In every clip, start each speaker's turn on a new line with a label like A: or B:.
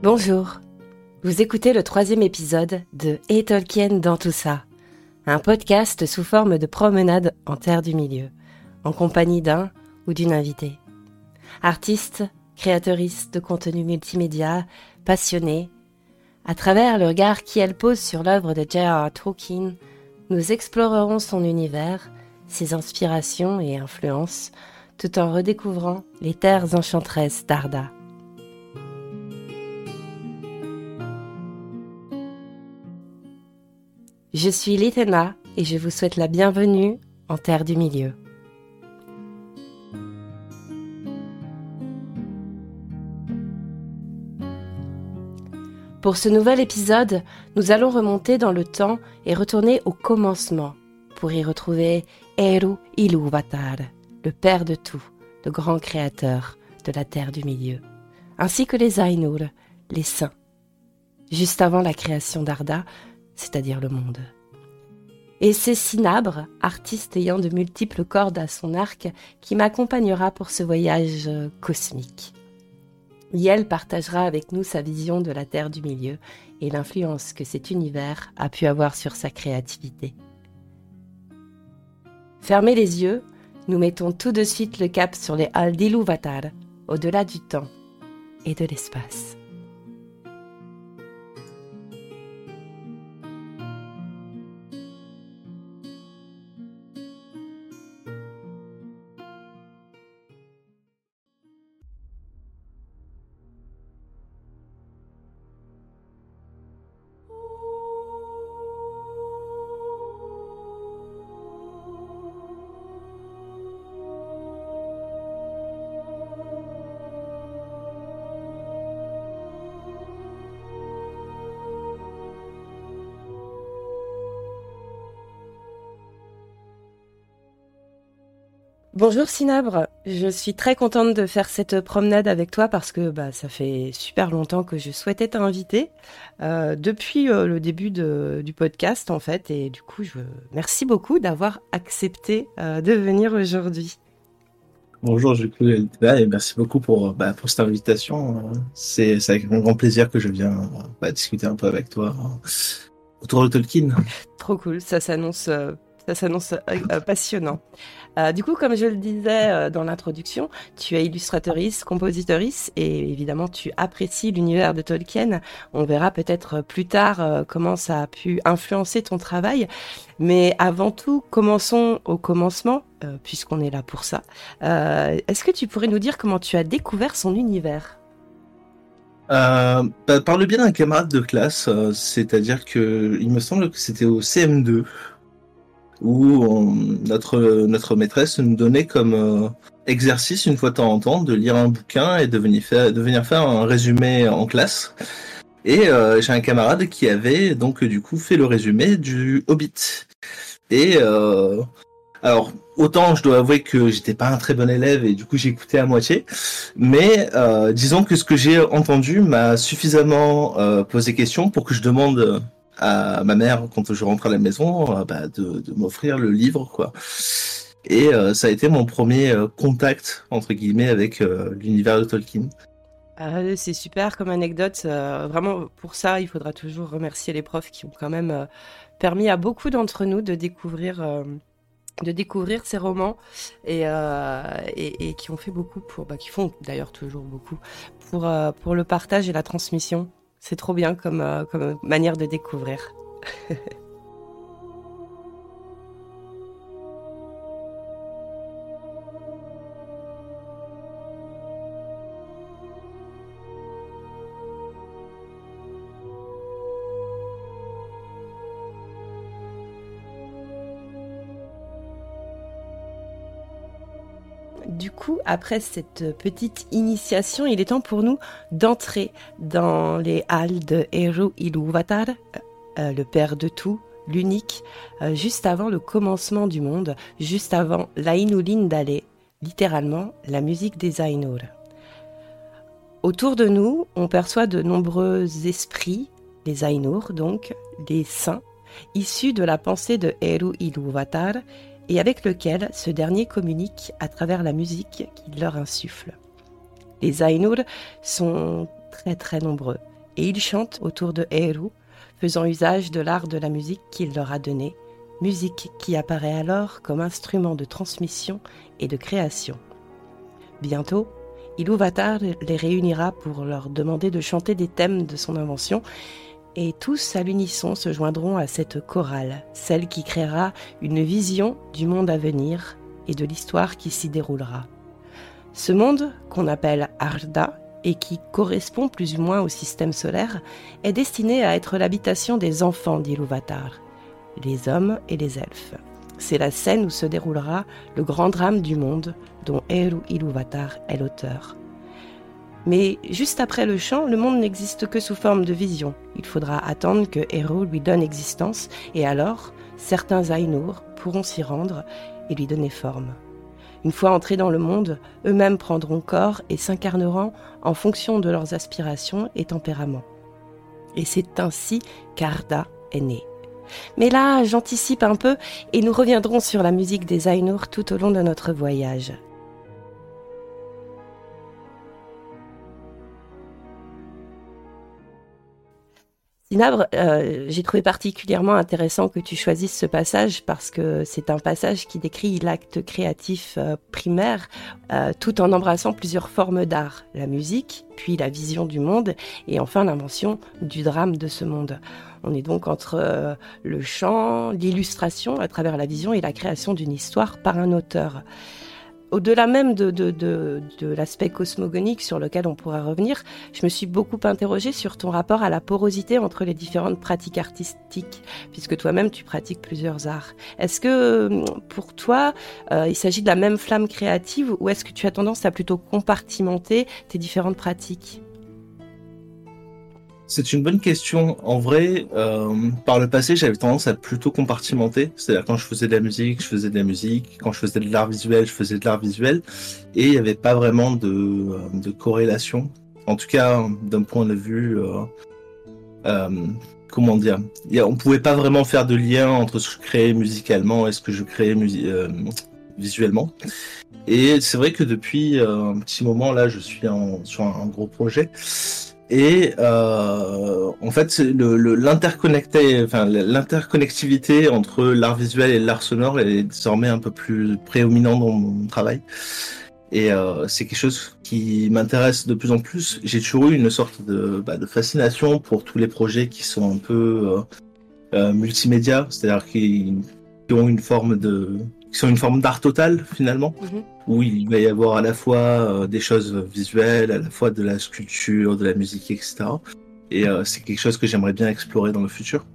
A: Bonjour, vous écoutez le 3e épisode de Et Tolkien dans tout ça, un podcast sous forme de promenade en terre du milieu, en compagnie d'un ou d'une invitée. Artistes, créatrices de contenu multimédia, passionnés, à travers le regard qu'elle pose sur l'œuvre de J.R.R. Tolkien, nous explorerons son univers, ses inspirations et influences, tout en redécouvrant les terres enchanteresses d'Arda. Je suis Litena et je vous souhaite la bienvenue en Terre du Milieu. Pour ce nouvel épisode, nous allons remonter dans le temps et retourner au commencement pour y retrouver Eru Ilúvatar, le père de tout, le grand créateur de la Terre du Milieu, ainsi que les Ainur, les saints, juste avant la création d'Arda, c'est-à-dire le monde. Et c'est Cinabre, artiste ayant de multiples cordes à son arc, qui m'accompagnera pour ce voyage cosmique. Yel partagera avec nous sa vision de la Terre du Milieu et l'influence que cet univers a pu avoir sur sa créativité. Fermez les yeux, nous mettons tout de suite le cap sur les halles d'Ilúvatar, au-delà du temps et de l'espace. Bonjour Cinabre, je suis très contente de faire cette promenade avec toi parce que ça fait super longtemps que je souhaitais t'inviter depuis le début du podcast en fait, et du coup merci beaucoup d'avoir accepté de venir aujourd'hui.
B: Bonjour, je suis Eltena et merci beaucoup pour cette invitation. C'est avec un grand plaisir que je viens discuter un peu avec toi autour de Tolkien.
A: Trop cool, ça s'annonce passionnant. Du coup, comme je le disais dans l'introduction, tu es illustratrice, compositrice et évidemment tu apprécies l'univers de Tolkien. On verra peut-être plus tard comment ça a pu influencer ton travail. Mais avant tout, commençons au commencement, puisqu'on est là pour ça. Est-ce que tu pourrais nous dire comment tu as découvert son univers ?
B: Par le biais d'un camarade de classe, c'est-à-dire que il me semble que c'était au CM2, où notre maîtresse nous donnait comme exercice une fois de temps en temps de lire un bouquin et de venir faire un résumé en classe. Et j'ai un camarade qui avait donc du coup fait le résumé du Hobbit. Et alors autant je dois avouer que j'étais pas un très bon élève et du coup j'écoutais à moitié, mais disons que ce que j'ai entendu m'a suffisamment posé question pour que je demande à ma mère quand je rentre à la maison de m'offrir le livre quoi. Et ça a été mon premier contact entre guillemets avec l'univers de Tolkien.
A: C'est super comme anecdote. Vraiment, pour ça, il faudra toujours remercier les profs qui ont quand même permis à beaucoup d'entre nous de découvrir ces romans et qui ont fait beaucoup qui font d'ailleurs toujours beaucoup pour le partage et la transmission. C'est trop bien comme manière de découvrir. Du coup, après cette petite initiation, il est temps pour nous d'entrer dans les halles de Eru Ilúvatar, le père de tout, l'unique, juste avant le commencement du monde, juste avant l'Ainulindale, littéralement la musique des Ainur. Autour de nous, on perçoit de nombreux esprits, les Ainur donc, les saints, issus de la pensée de Eru Ilúvatar, et avec lequel ce dernier communique à travers la musique qu'il leur insuffle. Les Ainur sont très très nombreux et ils chantent autour de Eru, faisant usage de l'art de la musique qu'il leur a donné, musique qui apparaît alors comme instrument de transmission et de création. Bientôt, Ilúvatar les réunira pour leur demander de chanter des thèmes de son invention, et tous à l'unisson se joindront à cette chorale, celle qui créera une vision du monde à venir et de l'histoire qui s'y déroulera. Ce monde, qu'on appelle Arda, et qui correspond plus ou moins au système solaire, est destiné à être l'habitation des enfants d'Ilúvatar, les hommes et les elfes. C'est la scène où se déroulera le grand drame du monde dont Eru Ilúvatar est l'auteur. Mais juste après le chant, le monde n'existe que sous forme de vision. Il faudra attendre que Eru lui donne existence et alors, certains Ainur pourront s'y rendre et lui donner forme. Une fois entrés dans le monde, eux-mêmes prendront corps et s'incarneront en fonction de leurs aspirations et tempéraments. Et c'est ainsi qu'Arda est née. Mais là, j'anticipe un peu et nous reviendrons sur la musique des Ainur tout au long de notre voyage. Sinabre, j'ai trouvé particulièrement intéressant que tu choisisses ce passage parce que c'est un passage qui décrit l'acte créatif primaire tout en embrassant plusieurs formes d'art, la musique, puis la vision du monde et enfin l'invention du drame de ce monde. On est donc entre le chant, l'illustration à travers la vision et la création d'une histoire par un auteur. Au-delà même de l'aspect cosmogonique sur lequel on pourra revenir, je me suis beaucoup interrogée sur ton rapport à la porosité entre les différentes pratiques artistiques, puisque toi-même tu pratiques plusieurs arts. Est-ce que pour toi, il s'agit de la même flamme créative ou est-ce que tu as tendance à plutôt compartimenter tes différentes pratiques ?
B: C'est une bonne question. En vrai, par le passé, j'avais tendance à plutôt compartimenter. C'est-à-dire quand je faisais de la musique, je faisais de la musique. Quand je faisais de l'art visuel, je faisais de l'art visuel. Et il n'y avait pas vraiment de corrélation. En tout cas, d'un point de vue... comment dire, on pouvait pas vraiment faire de lien entre ce que je créais musicalement et ce que je créais visuellement. Et c'est vrai que depuis un petit moment, là, je suis sur un gros projet. Et en fait, l'interconnectivité entre l'art visuel et l'art sonore est désormais un peu plus prédominant dans mon travail. Et c'est quelque chose qui m'intéresse de plus en plus. J'ai toujours eu une sorte de fascination pour tous les projets qui sont un peu multimédia, c'est-à-dire qui ont une forme qui sont une forme d'art total finalement, où il va y avoir à la fois des choses visuelles, à la fois de la sculpture, de la musique, etc. Et c'est quelque chose que j'aimerais bien explorer dans le futur.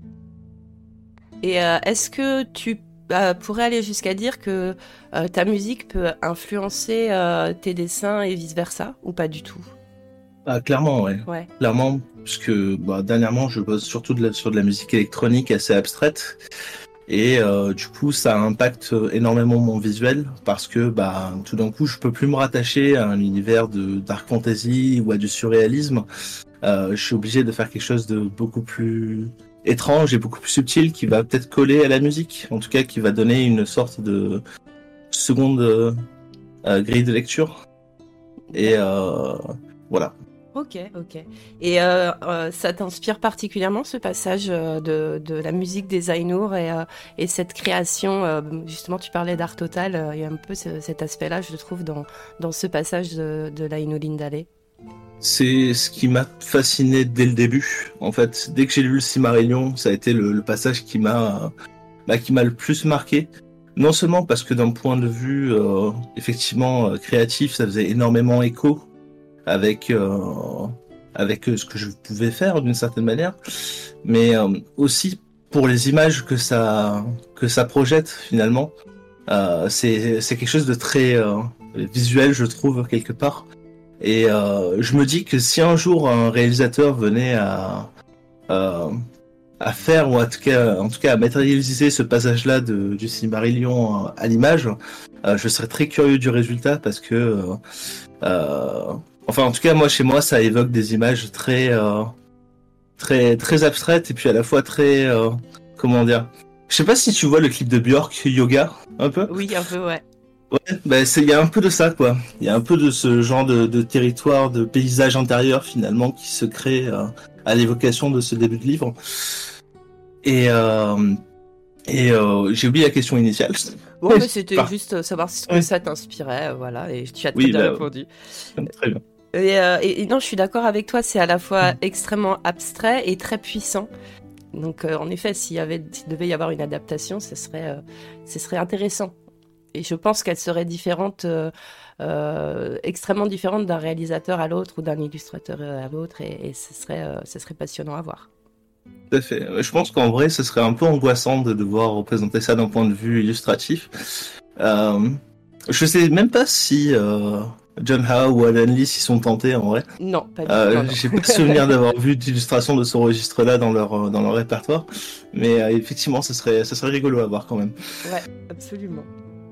A: Et est-ce que tu pourrais aller jusqu'à dire que ta musique peut influencer tes dessins et vice-versa, ou pas du tout ?
B: Clairement, ouais. Clairement, parce que dernièrement, je bosse surtout sur de la musique électronique assez abstraite. Et du coup, ça impacte énormément mon visuel parce que tout d'un coup, je peux plus me rattacher à un univers de dark fantasy ou à du surréalisme. Je suis obligé de faire quelque chose de beaucoup plus étrange et beaucoup plus subtil qui va peut-être coller à la musique, en tout cas qui va donner une sorte de seconde grille de lecture. Et voilà.
A: Ok. Et ça t'inspire particulièrement ce passage de la musique des Ainur et cette création, justement tu parlais d'art total, il y a un peu cet aspect-là je le trouve dans ce passage de l'Ainulindale.
B: C'est ce qui m'a fasciné dès le début. En fait, dès que j'ai lu le Silmarillion, ça a été le passage qui m'a le plus marqué. Non seulement parce que d'un point de vue effectivement créatif, ça faisait énormément écho avec ce que je pouvais faire d'une certaine manière, mais aussi pour les images que ça projette finalement. C'est quelque chose de très visuel, je trouve, quelque part. Et je me dis que si un jour un réalisateur venait à faire, ou en tout cas à matérialiser ce passage-là du Silmarillion à l'image, je serais très curieux du résultat parce que enfin, en tout cas, chez moi, ça évoque des images très abstraites et puis à la fois très, comment dire. Je sais pas si tu vois le clip de Björk, Yoga, un peu.
A: Oui, un peu, ouais.
B: Ouais, il y a un peu de ça, quoi. Il y a un peu de ce genre de territoire, de paysage intérieur, finalement, qui se crée à l'évocation de ce début de livre. Et, euh, j'ai oublié la question initiale.
A: Bon, mais c'était
B: Par-
A: juste savoir ce que
B: ouais.
A: ça t'inspirait, voilà, et tu as très
B: Oui,
A: bien répondu.
B: très bien.
A: Et non, je suis d'accord avec toi, c'est à la fois extrêmement abstrait et très puissant. Donc, en effet, s'il devait y avoir une adaptation, ce serait intéressant. Et je pense qu'elle serait différente, extrêmement différente d'un réalisateur à l'autre ou d'un illustrateur à l'autre, et ce serait passionnant à voir.
B: Tout à fait. Je pense qu'en vrai, ce serait un peu angoissant de devoir représenter ça d'un point de vue illustratif. Euh, je sais même pas si John Howe ou Alan Lee s'y sont tentés en vrai.
A: Non, pas du tout, non, non.
B: J'ai pas souvenir d'avoir vu d'illustration de ce registre-là dans leur répertoire, mais effectivement, ce serait rigolo à voir quand même.
A: Ouais, absolument.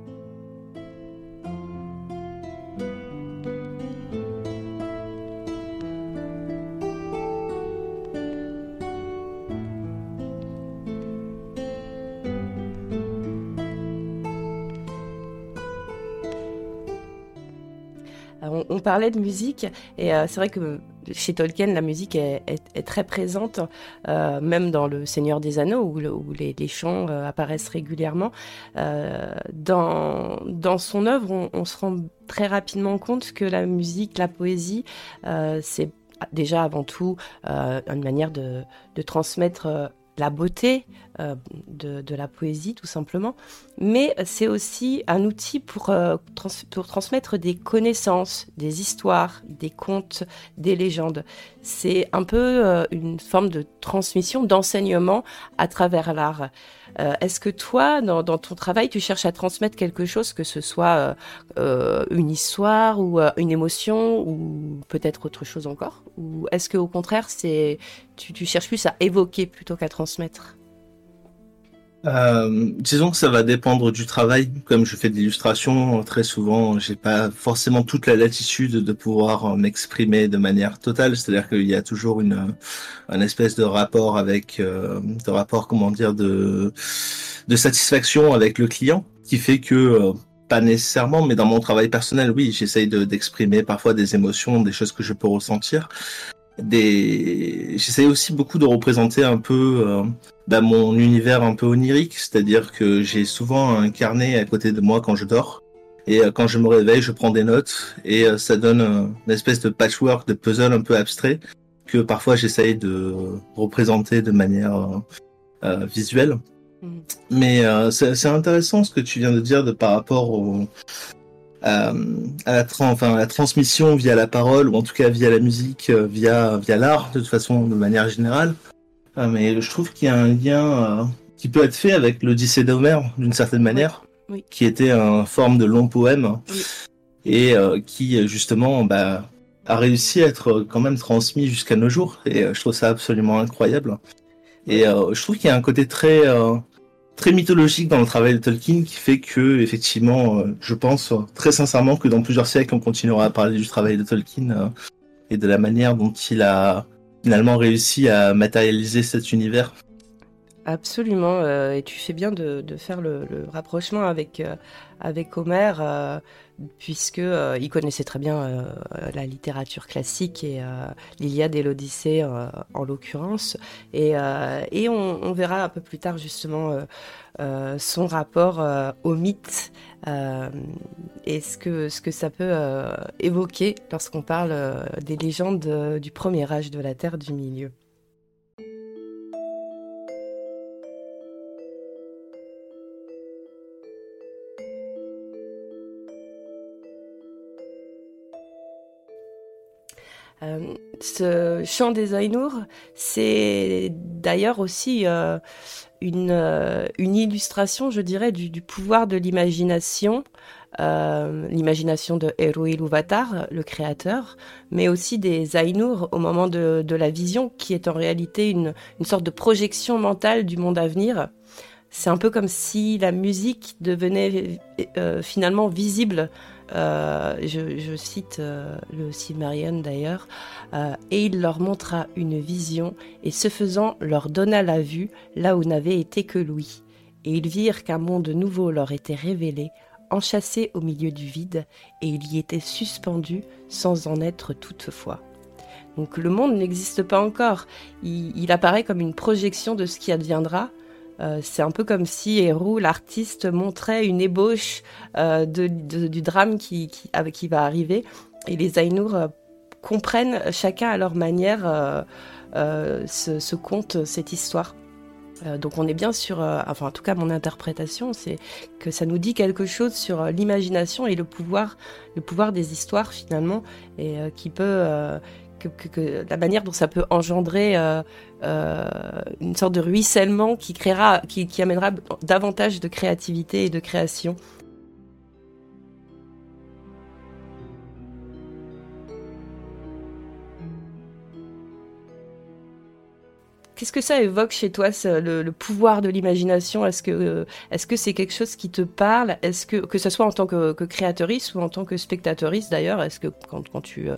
A: On parlait de musique, et c'est vrai que chez Tolkien, la musique est très présente, même dans Le Seigneur des Anneaux, où les chants apparaissent régulièrement. Dans son œuvre, on se rend très rapidement compte que la musique, la poésie, c'est déjà avant tout une manière de transmettre la beauté de la poésie, tout simplement. Mais c'est aussi un outil pour transmettre des connaissances, des histoires, des contes, des légendes. C'est un peu une forme de transmission, d'enseignement à travers l'art. Est-ce que toi, dans ton travail, tu cherches à transmettre quelque chose, que ce soit une histoire ou une émotion ou peut-être autre chose encore? Ou est-ce qu'au contraire, tu cherches plus à évoquer plutôt qu'à transmettre?
B: Disons que ça va dépendre du travail. Comme je fais de l'illustration, très souvent, j'ai pas forcément toute la latitude de pouvoir m'exprimer de manière totale. C'est-à-dire qu'il y a toujours un espèce de rapport comment dire, de satisfaction avec le client, qui fait que pas nécessairement, mais dans mon travail personnel, oui, j'essaye d'exprimer parfois des émotions, des choses que je peux ressentir. J'essaye aussi beaucoup de représenter un peu mon univers un peu onirique, c'est-à-dire que j'ai souvent un carnet à côté de moi quand je dors, et quand je me réveille, je prends des notes, et ça donne une espèce de patchwork, de puzzle un peu abstrait, que parfois j'essaye de représenter de manière visuelle. Mais c'est intéressant ce que tu viens de dire par rapport à la transmission via la parole, ou en tout cas via la musique, via l'art, de toute façon, de manière générale. Mais je trouve qu'il y a un lien qui peut être fait avec l'Odyssée d'Homère, d'une certaine manière,
A: Oui.
B: qui était une forme de long poème,
A: Oui.
B: et qui, justement, a réussi à être quand même transmis jusqu'à nos jours. Et je trouve ça absolument incroyable. Et je trouve qu'il y a un côté très mythologique dans le travail de Tolkien, qui fait que, effectivement, je pense très sincèrement que dans plusieurs siècles, on continuera à parler du travail de Tolkien et de la manière dont il a finalement réussi à matérialiser cet univers.
A: Absolument, et tu fais bien de faire le rapprochement avec Homère, puisque il connaissait très bien la littérature classique et l'Iliade et l'Odyssée en l'occurrence, et on verra un peu plus tard justement son rapport au mythe et ce que ça peut évoquer lorsqu'on parle des légendes du premier âge de la Terre du Milieu. Ce chant des Ainur, c'est d'ailleurs aussi une illustration, je dirais, du pouvoir de l'imagination, l'imagination de Eru Ilúvatar, le créateur, mais aussi des Ainur au moment de la vision, qui est en réalité une sorte de projection mentale du monde à venir. C'est un peu comme si la musique devenait finalement visible. Je cite le Silmarillion d'ailleurs, et il leur montra une vision, et ce faisant leur donna la vue là où n'avait été que l'ouïe. Et ils virent qu'un monde nouveau leur était révélé, enchâssé au milieu du vide, et il y était suspendu sans en être toutefois. Donc le monde n'existe pas encore, il apparaît comme une projection de ce qui adviendra. C'est un peu comme si Héroux, l'artiste, montrait une ébauche du drame qui va arriver, et les Ainur comprennent chacun à leur manière ce conte, cette histoire. Donc on est bien sur, enfin en tout cas mon interprétation, c'est que ça nous dit quelque chose sur l'imagination et le pouvoir des histoires finalement, et qui peut que la manière dont ça peut engendrer une sorte de ruissellement qui amènera davantage de créativité et de création. Qu'est-ce que ça évoque chez toi, le pouvoir de l'imagination? Est-ce que c'est quelque chose qui te parle? Est-ce que ce soit en tant que créatrice ou en tant que spectatrice d'ailleurs? Est-ce que quand tu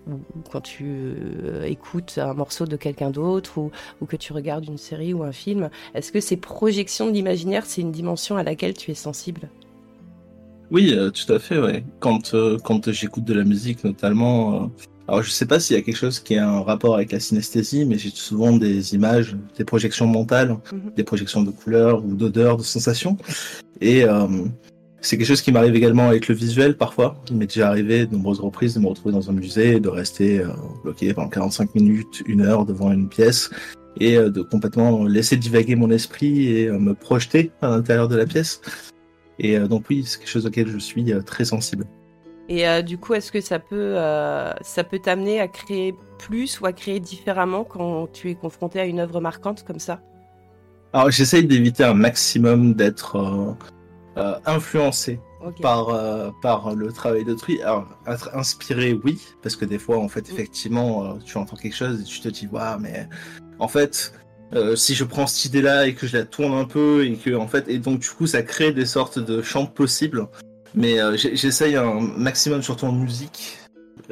A: écoutes un morceau de quelqu'un d'autre ou que tu regardes une série ou un film, est-ce que ces projections de l'imaginaire, c'est une dimension à laquelle tu es sensible?
B: Oui, tout à fait, ouais. Quand j'écoute de la musique, notamment, alors je sais pas s'il y a quelque chose qui a un rapport avec la synesthésie, mais j'ai souvent des images, des projections mentales, des projections de couleurs ou d'odeurs, de sensations. Et c'est quelque chose qui m'arrive également avec le visuel parfois. Il m'est déjà arrivé de nombreuses reprises de me retrouver dans un musée et de rester bloqué pendant 45 minutes, 1 heure devant une pièce et de complètement laisser divaguer mon esprit et me projeter à l'intérieur de la pièce. Et donc oui, c'est quelque chose auquel je suis très sensible.
A: Et du coup, est-ce que ça peut t'amener à créer plus ou à créer différemment quand tu es confronté à une œuvre marquante comme ça?
B: Alors j'essaye d'éviter un maximum d'être influencé par le travail d'autrui. Alors être inspiré, oui, parce que des fois, en fait, effectivement, tu entends quelque chose et tu te dis, waouh, mais en fait... si je prends cette idée-là et que je la tourne un peu et donc du coup ça crée des sortes de champs possibles. Mais j'essaye un maximum, surtout en musique.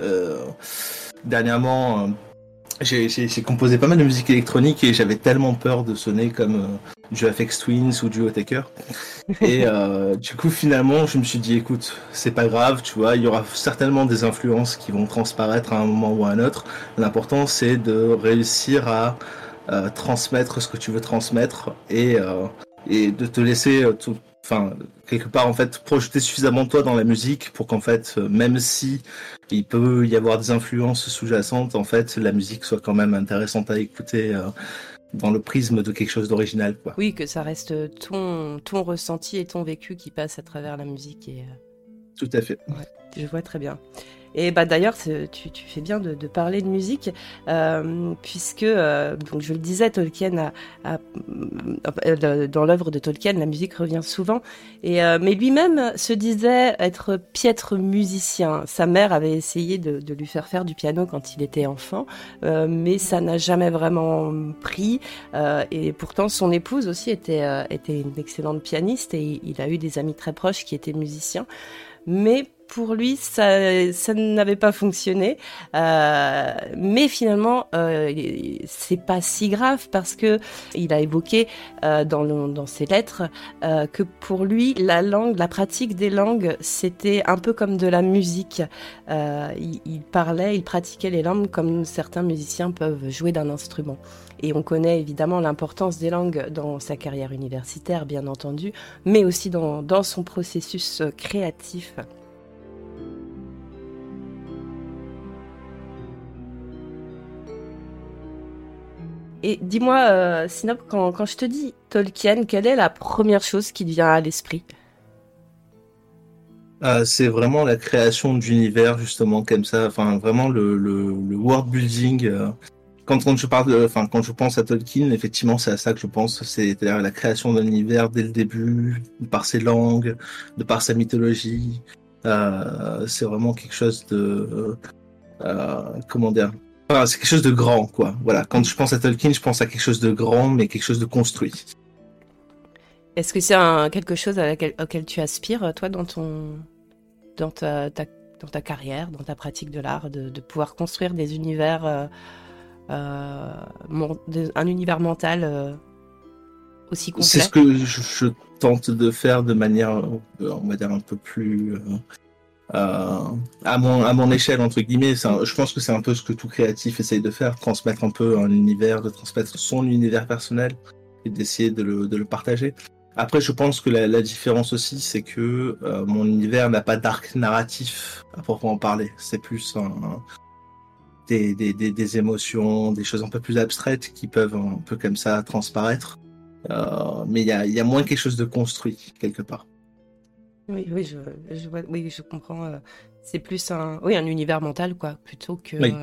B: Dernièrement, j'ai composé pas mal de musique électronique et j'avais tellement peur de sonner comme du Aphex Twin ou du Otaker. Et du coup finalement je me suis dit écoute, c'est pas grave, tu vois, il y aura certainement des influences qui vont transparaître à un moment ou à un autre. L'important c'est de réussir à transmettre ce que tu veux transmettre et de te laisser quelque part en fait projeter suffisamment de toi dans la musique pour qu'en fait même si il peut y avoir des influences sous-jacentes, en fait la musique soit quand même intéressante à écouter dans le prisme de quelque chose d'original, quoi.
A: Oui, que ça reste ton ressenti et ton vécu qui passe à travers la musique. Et,
B: Tout à fait.
A: ouais, je vois très bien. Et bah d'ailleurs, tu fais bien de parler de musique, puisque, donc je le disais, Tolkien dans l'œuvre de Tolkien, la musique revient souvent. Mais lui-même se disait être piètre musicien. Sa mère avait essayé de lui faire du piano quand il était enfant, mais ça n'a jamais vraiment pris. Et pourtant, son épouse aussi était une excellente pianiste et il a eu des amis très proches qui étaient musiciens. Mais pour lui, ça n'avait pas fonctionné. Mais finalement, c'est pas si grave parce que il a évoqué dans ses lettres que pour lui, la pratique des langues, c'était un peu comme de la musique. Il pratiquait les langues comme certains musiciens peuvent jouer d'un instrument. Et on connaît évidemment l'importance des langues dans sa carrière universitaire, bien entendu, mais aussi dans son processus créatif. Et dis-moi, Sinop, quand je te dis Tolkien, quelle est la première chose qui te vient à l'esprit?
B: C'est vraiment la création d'univers justement comme ça, enfin vraiment le world building. Quand je pense à Tolkien, effectivement, c'est à ça que je pense. C'est-à-dire la création d'un univers dès le début, de par ses langues, de par sa mythologie. C'est vraiment quelque chose de, comment dire. Enfin, c'est quelque chose de grand, quoi. Voilà. Quand je pense à Tolkien, je pense à quelque chose de grand, mais quelque chose de construit.
A: Est-ce que c'est quelque chose auquel tu aspires, toi, dans ta carrière, dans ta pratique de l'art, de pouvoir construire des univers, un univers mental aussi complet.
B: C'est ce que je tente de faire de manière, on va dire, un peu plus à mon échelle, entre guillemets. Je pense que c'est un peu ce que tout créatif essaye de faire, transmettre un peu un univers, de transmettre son univers personnel et d'essayer de le partager. Après, je pense que la différence aussi, c'est que mon univers n'a pas d'arc narratif à proprement parler. C'est plus des émotions, des choses un peu plus abstraites qui peuvent un peu comme ça transparaître. Mais il y a moins quelque chose de construit quelque part.
A: Oui, oui, je vois, oui, je comprends. C'est plus un univers mental, quoi, plutôt qu'un
B: Oui.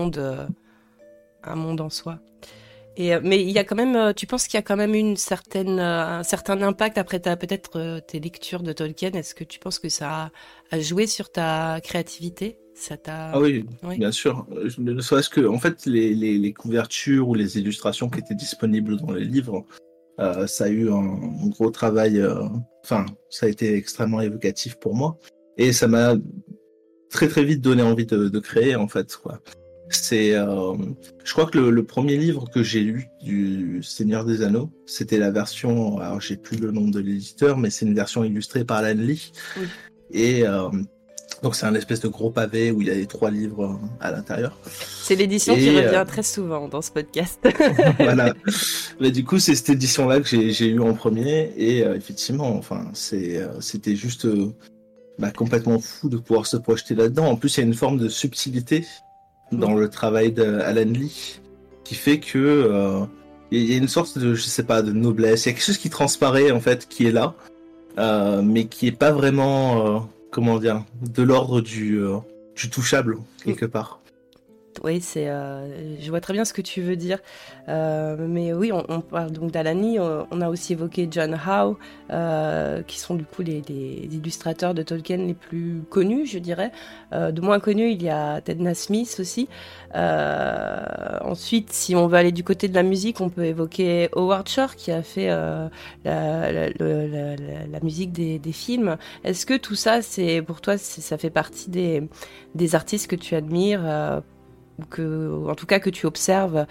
A: un monde en soi. Mais il y a quand même, tu penses qu'il y a quand même un certain impact après peut-être tes lectures de Tolkien. Est-ce que tu penses que ça a joué sur ta créativité? Ça t'a...
B: Ah oui,
A: Oui.
B: bien sûr. Ne serait-ce que, en fait, les couvertures ou les illustrations qui étaient disponibles dans les livres, ça a eu un gros travail. Enfin, ça a été extrêmement évocatif pour moi, et ça m'a très très vite donné envie de créer en fait, quoi. Je crois que le premier livre que j'ai lu du Seigneur des Anneaux, c'était la version, alors j'ai plus le nom de l'éditeur, mais c'est une version illustrée par Alan Lee.
A: Oui.
B: Et donc c'est un espèce de gros pavé où il y a les 3 livres à l'intérieur.
A: C'est l'édition qui revient très souvent dans ce podcast.
B: Voilà. Mais du coup, c'est cette édition-là que j'ai eu en premier, et effectivement, enfin, c'était juste complètement fou de pouvoir se projeter là-dedans. En plus, il y a une forme de subtilité dans le travail d'Alan Lee qui fait que il y a une sorte de, je sais pas, de noblesse. Il y a quelque chose qui transparaît en fait, qui est là, mais qui est pas vraiment, comment dire, de l'ordre du touchable quelque part.
A: Oui, je vois très bien ce que tu veux dire. Mais oui, on parle donc d'Alan Lee. On a aussi évoqué John Howe, qui sont du coup les illustrateurs de Tolkien les plus connus, je dirais. De moins connus, il y a Ted Nasmith aussi. Ensuite, si on veut aller du côté de la musique, on peut évoquer Howard Shore, qui a fait la musique des films. Est-ce que tout ça, pour toi, ça fait partie des artistes que tu admires, ou en tout cas que tu observes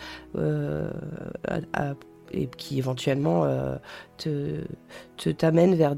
A: et qui éventuellement t'amènent vers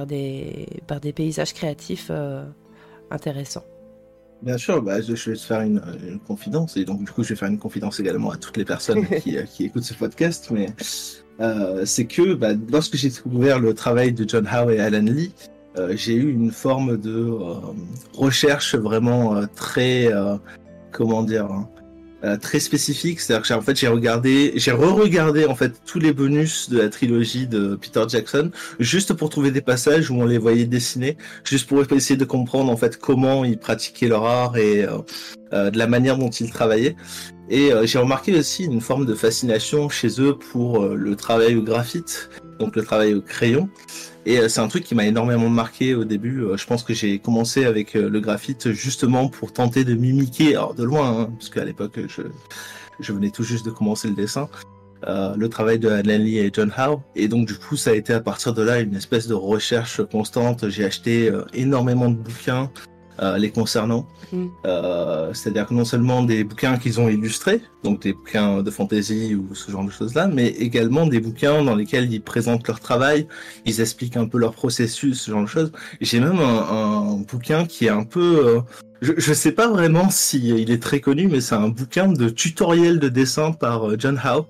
A: des paysages créatifs intéressants?
B: Bien sûr, je vais te faire une confidence, et donc du coup je vais faire une confidence également à toutes les personnes qui écoutent ce podcast, mais c'est que lorsque j'ai découvert le travail de John Howe et Alan Lee, j'ai eu une forme de recherche vraiment très... comment dire, très spécifique. C'est-à-dire que j'ai re-regardé en fait tous les bonus de la trilogie de Peter Jackson, juste pour trouver des passages où on les voyait dessiner, juste pour essayer de comprendre en fait comment ils pratiquaient leur art et de la manière dont ils travaillaient. Et j'ai remarqué aussi une forme de fascination chez eux pour le travail au graphite, donc le travail au crayon. Et c'est un truc qui m'a énormément marqué au début. Je pense que j'ai commencé avec le graphite justement pour tenter de mimiquer, alors de loin, parce qu'à l'époque je venais tout juste de commencer le dessin, le travail de Alan Lee et John Howe. Et donc du coup ça a été à partir de là une espèce de recherche constante. J'ai acheté énormément de bouquins les concernant. C'est-à-dire que non seulement des bouquins qu'ils ont illustrés, donc des bouquins de fantasy ou ce genre de choses-là, mais également des bouquins dans lesquels ils présentent leur travail, ils expliquent un peu leur processus, ce genre de choses. Et j'ai même un bouquin qui est un peu... je sais pas vraiment si il est très connu, mais c'est un bouquin de tutoriel de dessin par John Howe,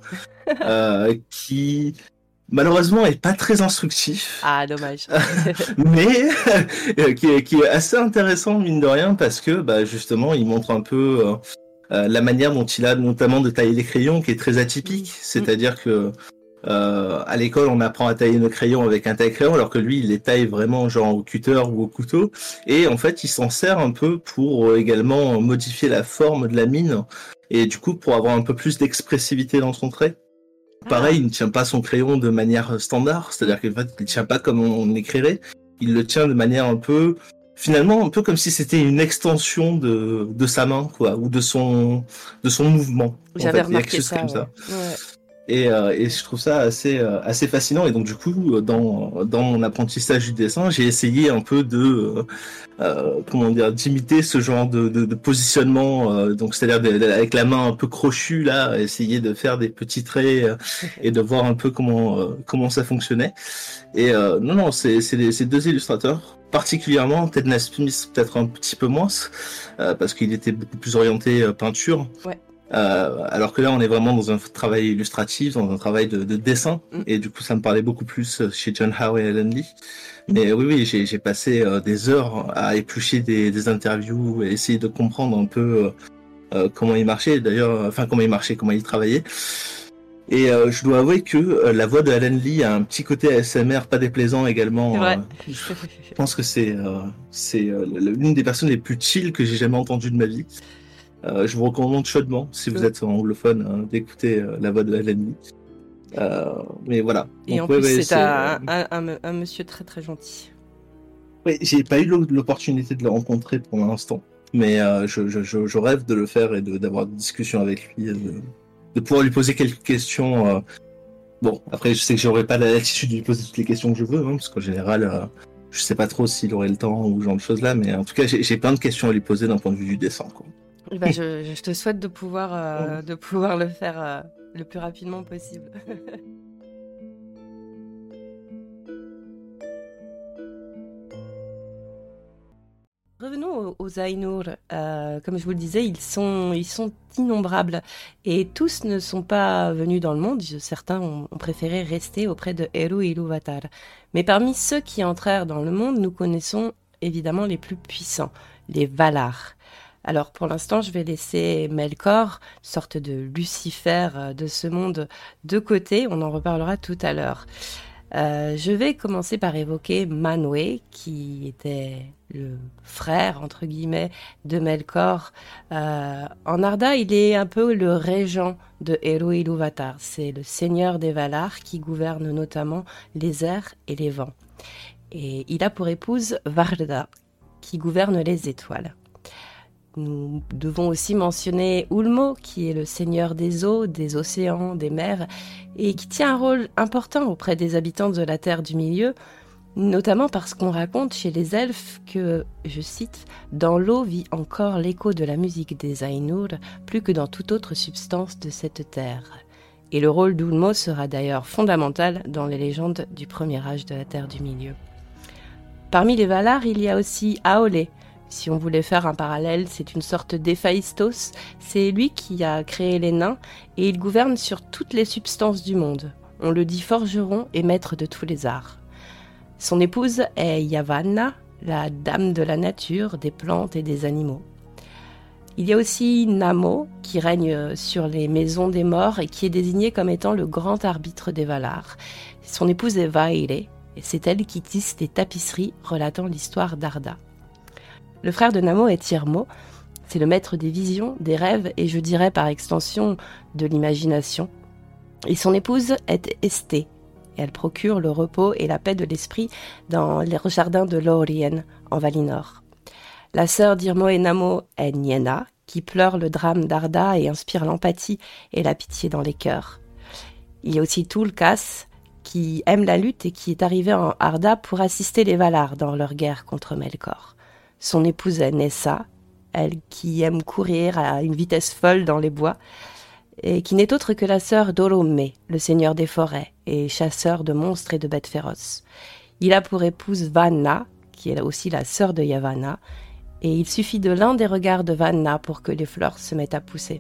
B: qui... malheureusement est pas très instructif.
A: Ah, dommage.
B: Mais qui est assez intéressant mine de rien, parce que justement il montre un peu la manière dont il a notamment de tailler les crayons, qui est très atypique. C'est-à-dire que à l'école on apprend à tailler nos crayons avec un taille-crayon, alors que lui il les taille vraiment genre au cutter ou au couteau, et en fait il s'en sert un peu pour également modifier la forme de la mine, et du coup pour avoir un peu plus d'expressivité dans son trait. Pareil, il ne tient pas son crayon de manière standard, c'est-à-dire qu'en fait, il ne tient pas comme on écrirait, il le tient de manière un peu, finalement, un peu comme si c'était une extension de sa main, quoi, ou de son mouvement.
A: J'avais
B: remarqué
A: ça.
B: Comme ça.
A: Ouais.
B: Et je trouve ça assez fascinant. Et donc du coup, dans mon apprentissage du dessin, j'ai essayé un peu comment dire, d'imiter ce genre de positionnement. Donc c'est-à-dire avec la main un peu crochue là, essayer de faire des petits traits et de voir un peu comment ça fonctionnait. Et non, c'est deux illustrateurs. Particulièrement Ted Nasmith, peut-être un petit peu moins, parce qu'il était beaucoup plus orienté peinture.
A: Ouais.
B: Alors que là, on est vraiment dans un travail illustratif, dans un travail de dessin, et du coup, ça me parlait beaucoup plus chez John Howe et Alan Lee. Mais oui, j'ai passé des heures à éplucher des interviews et essayer de comprendre un peu comment il marchait. D'ailleurs, enfin comment il travaillait. Et je dois avouer que la voix de Alan Lee a un petit côté ASMR pas déplaisant également. Je pense que c'est l'une des personnes les plus chill que j'ai jamais entendues de ma vie. Je vous recommande chaudement, si vous êtes anglophone, d'écouter la voix de Alan Lee. Mais voilà.
A: Et donc, en plus, c'est un monsieur très très gentil.
B: Oui, j'ai pas eu l'opportunité de le rencontrer pour l'instant, mais je rêve de le faire et d'avoir des discussions avec lui, de pouvoir lui poser quelques questions. Bon, après, je sais que j'aurais pas la latitude de lui poser toutes les questions que je veux, parce qu'en général, je sais pas trop s'il aurait le temps ou ce genre de choses là, mais en tout cas, j'ai plein de questions à lui poser d'un point de vue du dessin, quoi.
A: Bah, je te souhaite de pouvoir le faire le plus rapidement possible. Revenons aux Ainur. Comme je vous le disais, ils sont innombrables et tous ne sont pas venus dans le monde. Certains ont préféré rester auprès de Eru Ilúvatar. Mais parmi ceux qui entrèrent dans le monde, nous connaissons évidemment les plus puissants, les Valar. Alors pour l'instant, je vais laisser Melkor, sorte de Lucifer de ce monde, de côté. On en reparlera tout à l'heure. Je vais commencer par évoquer Manwë, qui était le frère, entre guillemets, de Melkor. En Arda, il est un peu le régent de Eru Ilúvatar. C'est le seigneur des Valar qui gouverne notamment les airs et les vents. Et il a pour épouse Varda, qui gouverne les étoiles. Nous devons aussi mentionner Ulmo, qui est le seigneur des eaux, des océans, des mers, et qui tient un rôle important auprès des habitants de la Terre du Milieu, notamment parce qu'on raconte chez les elfes que, je cite, « Dans l'eau vit encore l'écho de la musique des Ainur, plus que dans toute autre substance de cette terre. » Et le rôle d'Ulmo sera d'ailleurs fondamental dans les légendes du premier âge de la Terre du Milieu. Parmi les Valar, il y a aussi Aolë. Si on voulait faire un parallèle, c'est une sorte d'Héphaïstos. C'est lui qui a créé les nains et il gouverne sur toutes les substances du monde. On le dit forgeron et maître de tous les arts. Son épouse est Yavanna, la dame de la nature, des plantes et des animaux. Il y a aussi Namo, qui règne sur les maisons des morts et qui est désigné comme étant le grand arbitre des Valar. Son épouse est Vaëlë, et c'est elle qui tisse des tapisseries relatant l'histoire d'Arda. Le frère de Namo est Tirmo, c'est le maître des visions, des rêves et je dirais par extension de l'imagination. Et son épouse est Esté, et elle procure le repos et la paix de l'esprit dans les jardins de Lórien, en Valinor. La sœur d'Irmo et Namo est Nienna, qui pleure le drame d'Arda et inspire l'empathie et la pitié dans les cœurs. Il y a aussi Tulkas, qui aime la lutte et qui est arrivé en Arda pour assister les Valar dans leur guerre contre Melkor. Son épouse est Nessa, elle qui aime courir à une vitesse folle dans les bois, et qui n'est autre que la sœur d'Oromé, le seigneur des forêts, et chasseur de monstres et de bêtes féroces. Il a pour épouse Vanna, qui est aussi la sœur de Yavanna, et il suffit de l'un des regards de Vanna pour que les fleurs se mettent à pousser.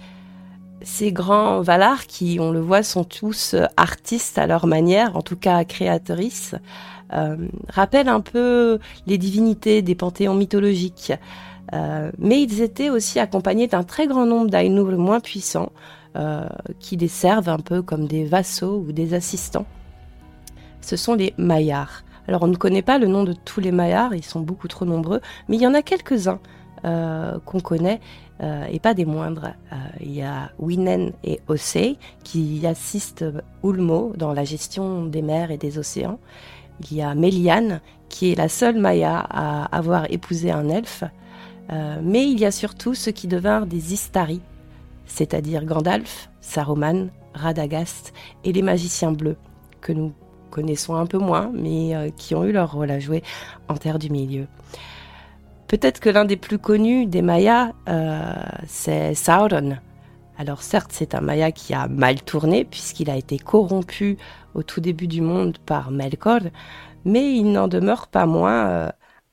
A: Ces grands Valar, qui, on le voit, sont tous artistes à leur manière, en tout cas créatrices, rappellent un peu les divinités des panthéons mythologiques. Mais ils étaient aussi accompagnés d'un très grand nombre d'Ainur moins puissants, qui les servent un peu comme des vassaux ou des assistants. Ce sont les Maiar. Alors on ne connaît pas le nom de tous les Maiar, ils sont beaucoup trop nombreux, mais il y en a quelques-uns qu'on connaît, et pas des moindres. Il y a Winen et Osei qui assistent Ulmo dans la gestion des mers et des océans. Il y a Melian qui est la seule Maia à avoir épousé un elfe. Mais il y a surtout ceux qui devinrent des Istari, c'est-à-dire Gandalf, Saruman, Radagast et les magiciens bleus, que nous connaissons un peu moins, mais qui ont eu leur rôle à jouer en Terre du Milieu. Peut-être que l'un des plus connus des Mayas, c'est Sauron. Alors certes, c'est un Maya qui a mal tourné, puisqu'il a été corrompu au tout début du monde par Melkor, mais il n'en demeure pas moins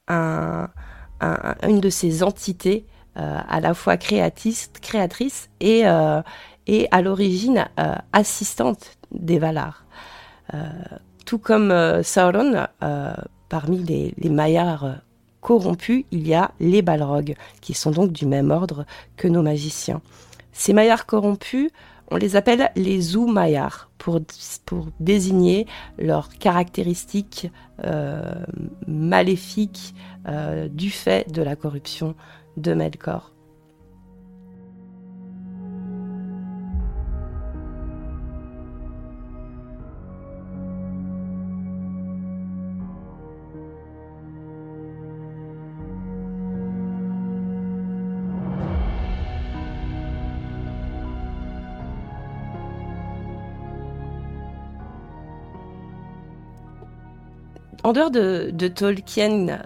A: une de ces entités à la fois créatrice et à l'origine assistante des Valar. Tout comme Sauron, parmi les Mayars corrompus, il y a les Balrogs, qui sont donc du même ordre que nos magiciens. Ces Mayars corrompus, on les appelle les Umayars pour désigner leurs caractéristiques maléfiques du fait de la corruption de Melkor. En dehors de Tolkien,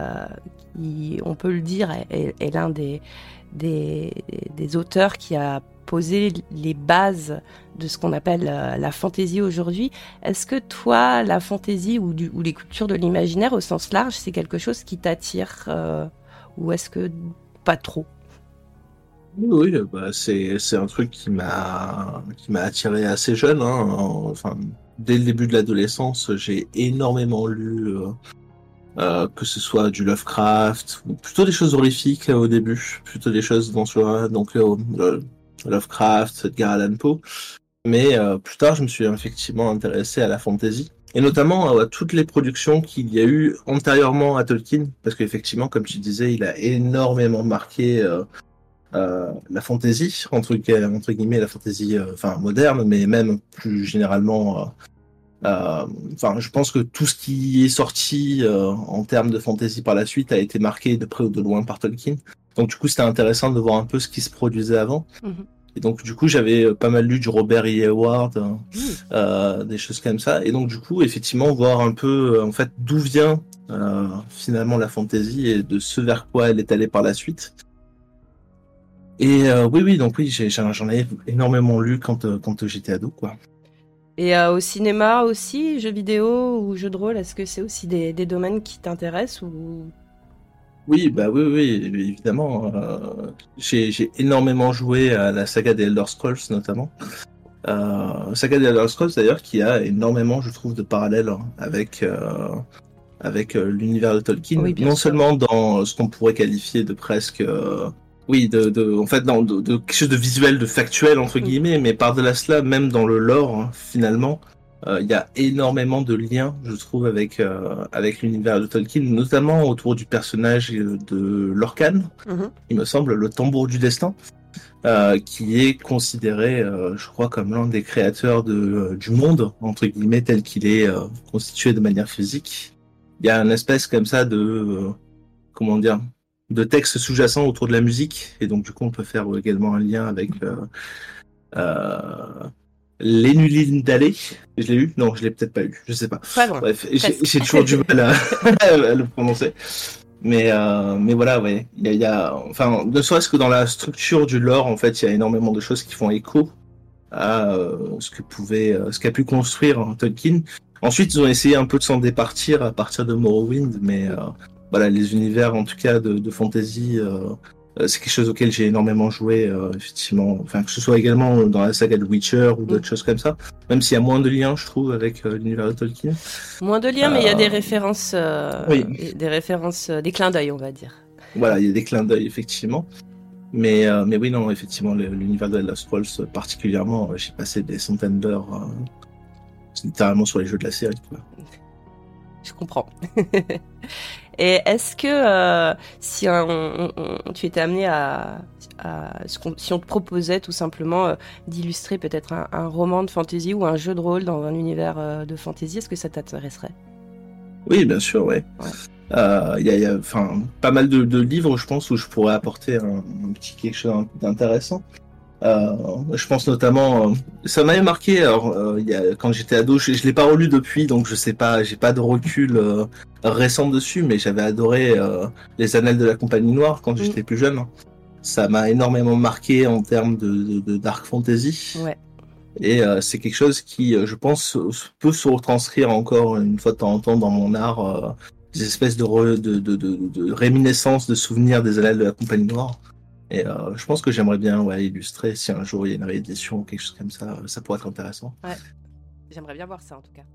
A: qui, on peut le dire, est l'un des auteurs qui a posé les bases de ce qu'on appelle la fantaisie aujourd'hui, est-ce que toi, la fantaisie ou les cultures de l'imaginaire au sens large, c'est quelque chose qui t'attire ou est-ce que pas trop ?
B: Oui, bah c'est un truc qui m'a attiré assez jeune, hein. Enfin, dès le début de l'adolescence, j'ai énormément lu, que ce soit du Lovecraft, ou plutôt des choses horrifiques au début, plutôt des choses donc Lovecraft, Edgar Allan Poe. Mais plus tard, je me suis effectivement intéressé à la fantasy, et notamment à toutes les productions qu'il y a eu antérieurement à Tolkien, parce qu'effectivement, comme tu disais, il a énormément marqué la fantasy, entre guillemets, la fantasy moderne, mais même plus généralement, je pense que tout ce qui est sorti en termes de fantasy par la suite a été marqué de près ou de loin par Tolkien. Donc du coup, c'était intéressant de voir un peu ce qui se produisait avant. Mm-hmm. Et donc du coup, j'avais pas mal lu du Robert E. Howard, des choses comme ça. Et donc du coup, effectivement, voir un peu en fait d'où vient finalement la fantasy et de ce vers quoi elle est allée par la suite. Et oui, j'en ai énormément lu quand j'étais ado, quoi.
A: Et au cinéma aussi, jeux vidéo ou jeux de rôle, est-ce que c'est aussi des domaines qui t'intéressent ou...
B: Oui, évidemment. J'ai énormément joué à la saga des Elder Scrolls, notamment. Saga des Elder Scrolls, d'ailleurs, qui a énormément, je trouve, de parallèles avec l'univers de Tolkien. Oui, non seulement dans ce qu'on pourrait qualifier de presque... de quelque chose de visuel, de factuel entre guillemets, mais par-delà cela, même dans le lore, hein, finalement, il y a énormément de liens, je trouve, avec l'univers de Tolkien, notamment autour du personnage de Lorkhan, il me semble, le tambour du destin, qui est considéré, je crois, comme l'un des créateurs du monde, entre guillemets, tel qu'il est constitué de manière physique. Il y a une espèce comme ça de de textes sous-jacents autour de la musique, et donc du coup on peut faire également un lien avec l'Enulindale. Je l'ai eu ? Non, je l'ai peut-être pas eu, je sais pas. Bref, j'ai toujours du mal à le prononcer. Mais voilà, ouais, il y a, enfin, ne serait-ce que dans la structure du lore, en fait, il y a énormément de choses qui font écho à ce qu'a pu construire Tolkien. Ensuite, ils ont essayé un peu de s'en départir à partir de Morrowind, mais voilà, les univers en tout cas de fantasy, c'est quelque chose auquel j'ai énormément joué, effectivement. Enfin, que ce soit également dans la saga de Witcher ou d'autres choses comme ça, même s'il y a moins de liens, je trouve, avec l'univers de Tolkien.
A: Moins de liens, mais il y a des références, des clins d'œil, on va dire.
B: Voilà, il y a des clins d'œil, effectivement. Mais oui, non, effectivement, l'univers de Elder Scrolls, particulièrement, j'ai passé des centaines d'heures littéralement sur les jeux de la série, quoi.
A: Je comprends. Et est-ce que si tu étais amené si on te proposait tout simplement d'illustrer peut-être un roman de fantasy ou un jeu de rôle dans un univers de fantasy, est-ce que ça t'intéresserait ?
B: Oui, bien sûr, ouais. Il y a pas mal de livres, je pense, où je pourrais apporter un petit quelque chose d'intéressant. Je pense notamment, ça m'avait marqué. Alors, quand j'étais ado, je l'ai pas relu depuis, donc je sais pas, j'ai pas de recul récent dessus, mais j'avais adoré les Annales de la Compagnie Noire quand j'étais plus jeune. Ça m'a énormément marqué en termes de dark fantasy.
A: Ouais.
B: Et c'est quelque chose qui, je pense, peut se retranscrire encore une fois de temps en temps dans mon art, des espèces de réminiscences, de souvenirs des Annales de la Compagnie Noire. Et je pense que j'aimerais bien illustrer si un jour il y a une réédition ou quelque chose comme ça pourrait être intéressant.
A: Ouais, j'aimerais bien voir ça en tout cas.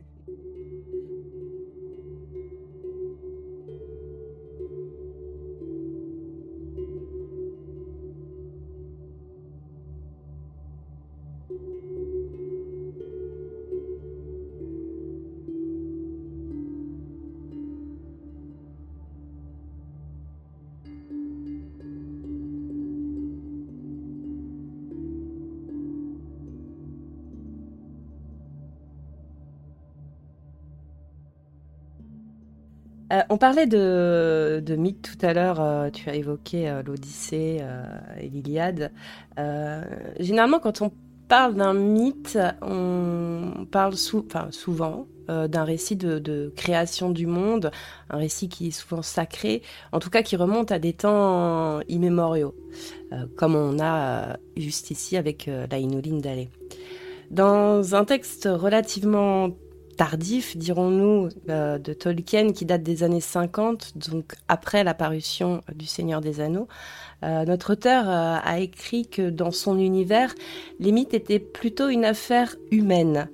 A: On parlait de mythes tout à l'heure, tu as évoqué l'Odyssée et l'Iliade. Généralement, quand on parle d'un mythe, on parle souvent d'un récit de création du monde, un récit qui est souvent sacré, en tout cas qui remonte à des temps immémoriaux, comme on a juste ici avec la Inuline Dale. Dans un texte relativement tardif, dirons-nous, de Tolkien, qui date des années 50, donc après l'apparition du Seigneur des Anneaux, notre auteur a écrit que dans son univers, les mythes étaient plutôt une affaire humaine.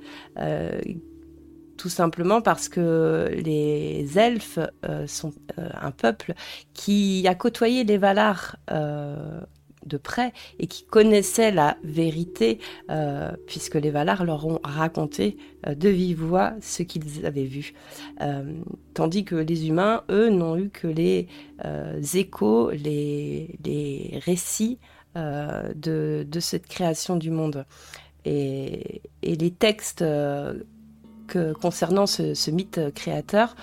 A: Tout simplement parce que les elfes sont un peuple qui a côtoyé les Valar de près et qui connaissaient la vérité, puisque les Valar leur ont raconté de vive voix ce qu'ils avaient vu. Tandis que les humains, eux, n'ont eu que les échos, les récits de cette création du monde. Et les textes concernant ce mythe créateur,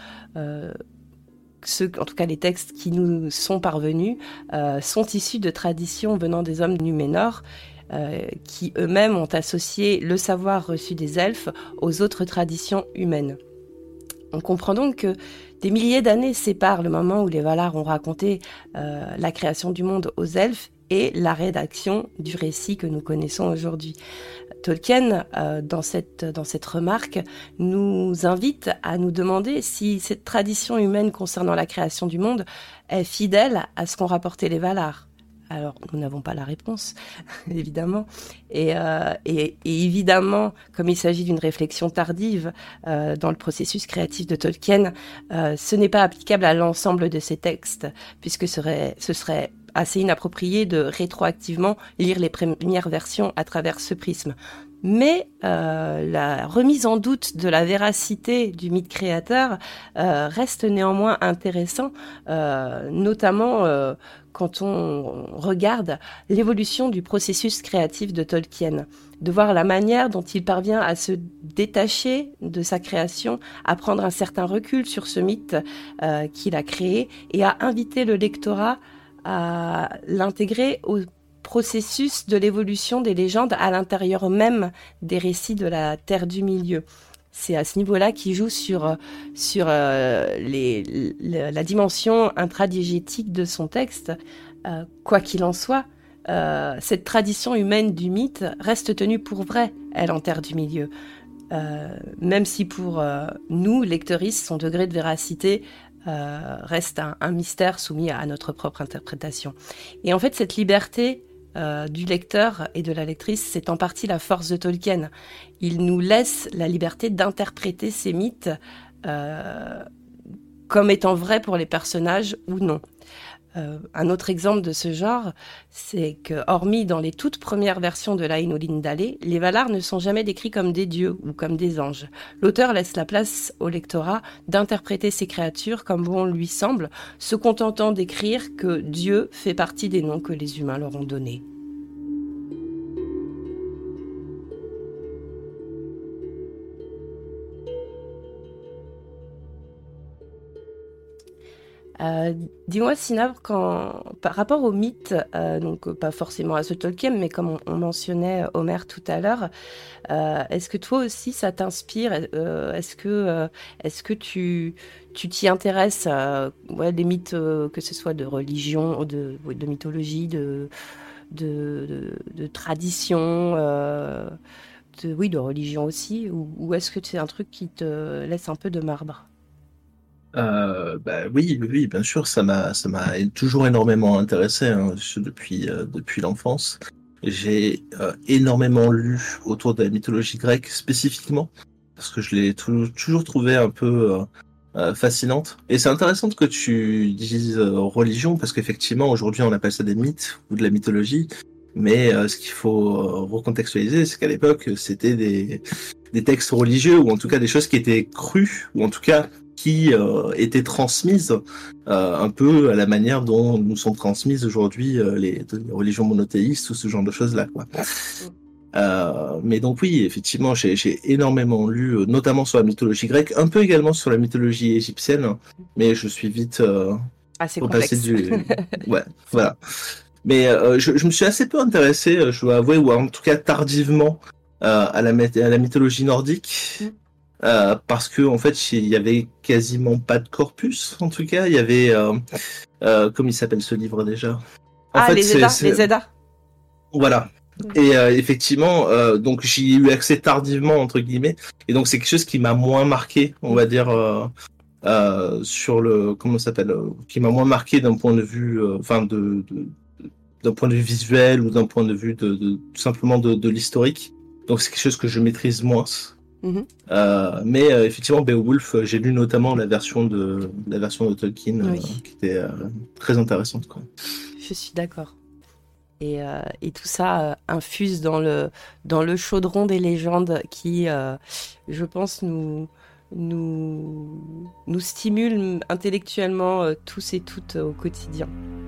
A: en tout cas les textes qui nous sont parvenus, sont issus de traditions venant des hommes Numénor, qui eux-mêmes ont associé le savoir reçu des elfes aux autres traditions humaines. On comprend donc que des milliers d'années séparent le moment où les Valar ont raconté la création du monde aux elfes et la rédaction du récit que nous connaissons aujourd'hui. Tolkien, dans cette remarque, nous invite à nous demander si cette tradition humaine concernant la création du monde est fidèle à ce qu'ont rapporté les Valar. Alors, nous n'avons pas la réponse, évidemment. Et évidemment, comme il s'agit d'une réflexion tardive dans le processus créatif de Tolkien, ce n'est pas applicable à l'ensemble de ses textes, puisque ce serait assez inapproprié de rétroactivement lire les premières versions à travers ce prisme. Mais la remise en doute de la véracité du mythe créateur reste néanmoins intéressant, notamment quand on regarde l'évolution du processus créatif de Tolkien, de voir la manière dont il parvient à se détacher de sa création, à prendre un certain recul sur ce mythe qu'il a créé et à inviter le lectorat à l'intégrer au processus de l'évolution des légendes à l'intérieur même des récits de la Terre du Milieu. C'est à ce niveau-là qu'il joue sur la dimension intradiégétique de son texte. Quoi qu'il en soit, cette tradition humaine du mythe reste tenue pour vraie, elle, en Terre du Milieu. Même si pour nous, lecteuristes, son degré de véracité reste un mystère soumis à notre propre interprétation. Et en fait, cette liberté du lecteur et de la lectrice, c'est en partie la force de Tolkien. Il nous laisse la liberté d'interpréter ces mythes comme étant vrais pour les personnages ou non. Un autre exemple de ce genre, c'est que, hormis dans les toutes premières versions de l'Aïn Dale, les Valar ne sont jamais décrits comme des dieux ou comme des anges. L'auteur laisse la place au lectorat d'interpréter ces créatures comme bon lui semble, se contentant d'écrire que Dieu fait partie des noms que les humains leur ont donnés. Dis-moi, Sina, par rapport au mythe, donc pas forcément à ce Tolkien, mais comme on mentionnait Homère tout à l'heure, est-ce que toi aussi ça t'inspire? Est-ce que tu t'y intéresses ouais, des mythes, que ce soit de religion, ou oui, de mythologie, de tradition, oui, de religion aussi, ou est-ce que c'est un truc qui te laisse un peu de marbre?
B: Bah oui, oui, oui, bien sûr, ça m'a toujours énormément intéressé hein, depuis l'enfance. J'ai énormément lu autour de la mythologie grecque spécifiquement parce que je l'ai toujours trouvé un peu fascinante. Et c'est intéressant que tu dises religion parce qu'effectivement aujourd'hui on appelle ça des mythes ou de la mythologie, mais ce qu'il faut recontextualiser, c'est qu'à l'époque c'était des textes religieux ou en tout cas des choses qui étaient crues ou en tout cas qui étaient transmises un peu à la manière dont nous sont transmises aujourd'hui les religions monothéistes ou ce genre de choses-là, quoi. Mais donc oui, effectivement, j'ai énormément lu, notamment sur la mythologie grecque, un peu également sur la mythologie égyptienne, mais je suis vite
A: Assez
B: repassé
A: complexe.
B: du... Ouais, voilà. Mais je me suis assez peu intéressé, je dois avouer, ou en tout cas tardivement, à la mythologie nordique.
A: Mm.
B: Parce que en fait il y avait quasiment pas de corpus en tout cas il y avait comment il s'appelle ce livre déjà en
A: Ah,
B: fait
A: les Eddas.
B: voilà
A: Mm.
B: et effectivement donc j'y ai eu accès tardivement entre guillemets et donc c'est quelque chose qui m'a moins marqué on va dire sur le comment ça s'appelle qui m'a moins marqué d'un point de vue enfin d'un point de vue visuel ou d'un point de vue tout simplement de l'historique donc c'est quelque chose que je maîtrise moins.
A: Mhm.
B: Mais effectivement, Beowulf, j'ai lu notamment la version de Tolkien
A: Oui,
B: qui était très intéressante, quoi.
A: je suis d'accord. Et tout ça infuse dans le chaudron des légendes qui, je pense, nous stimule intellectuellement tous et toutes au quotidien.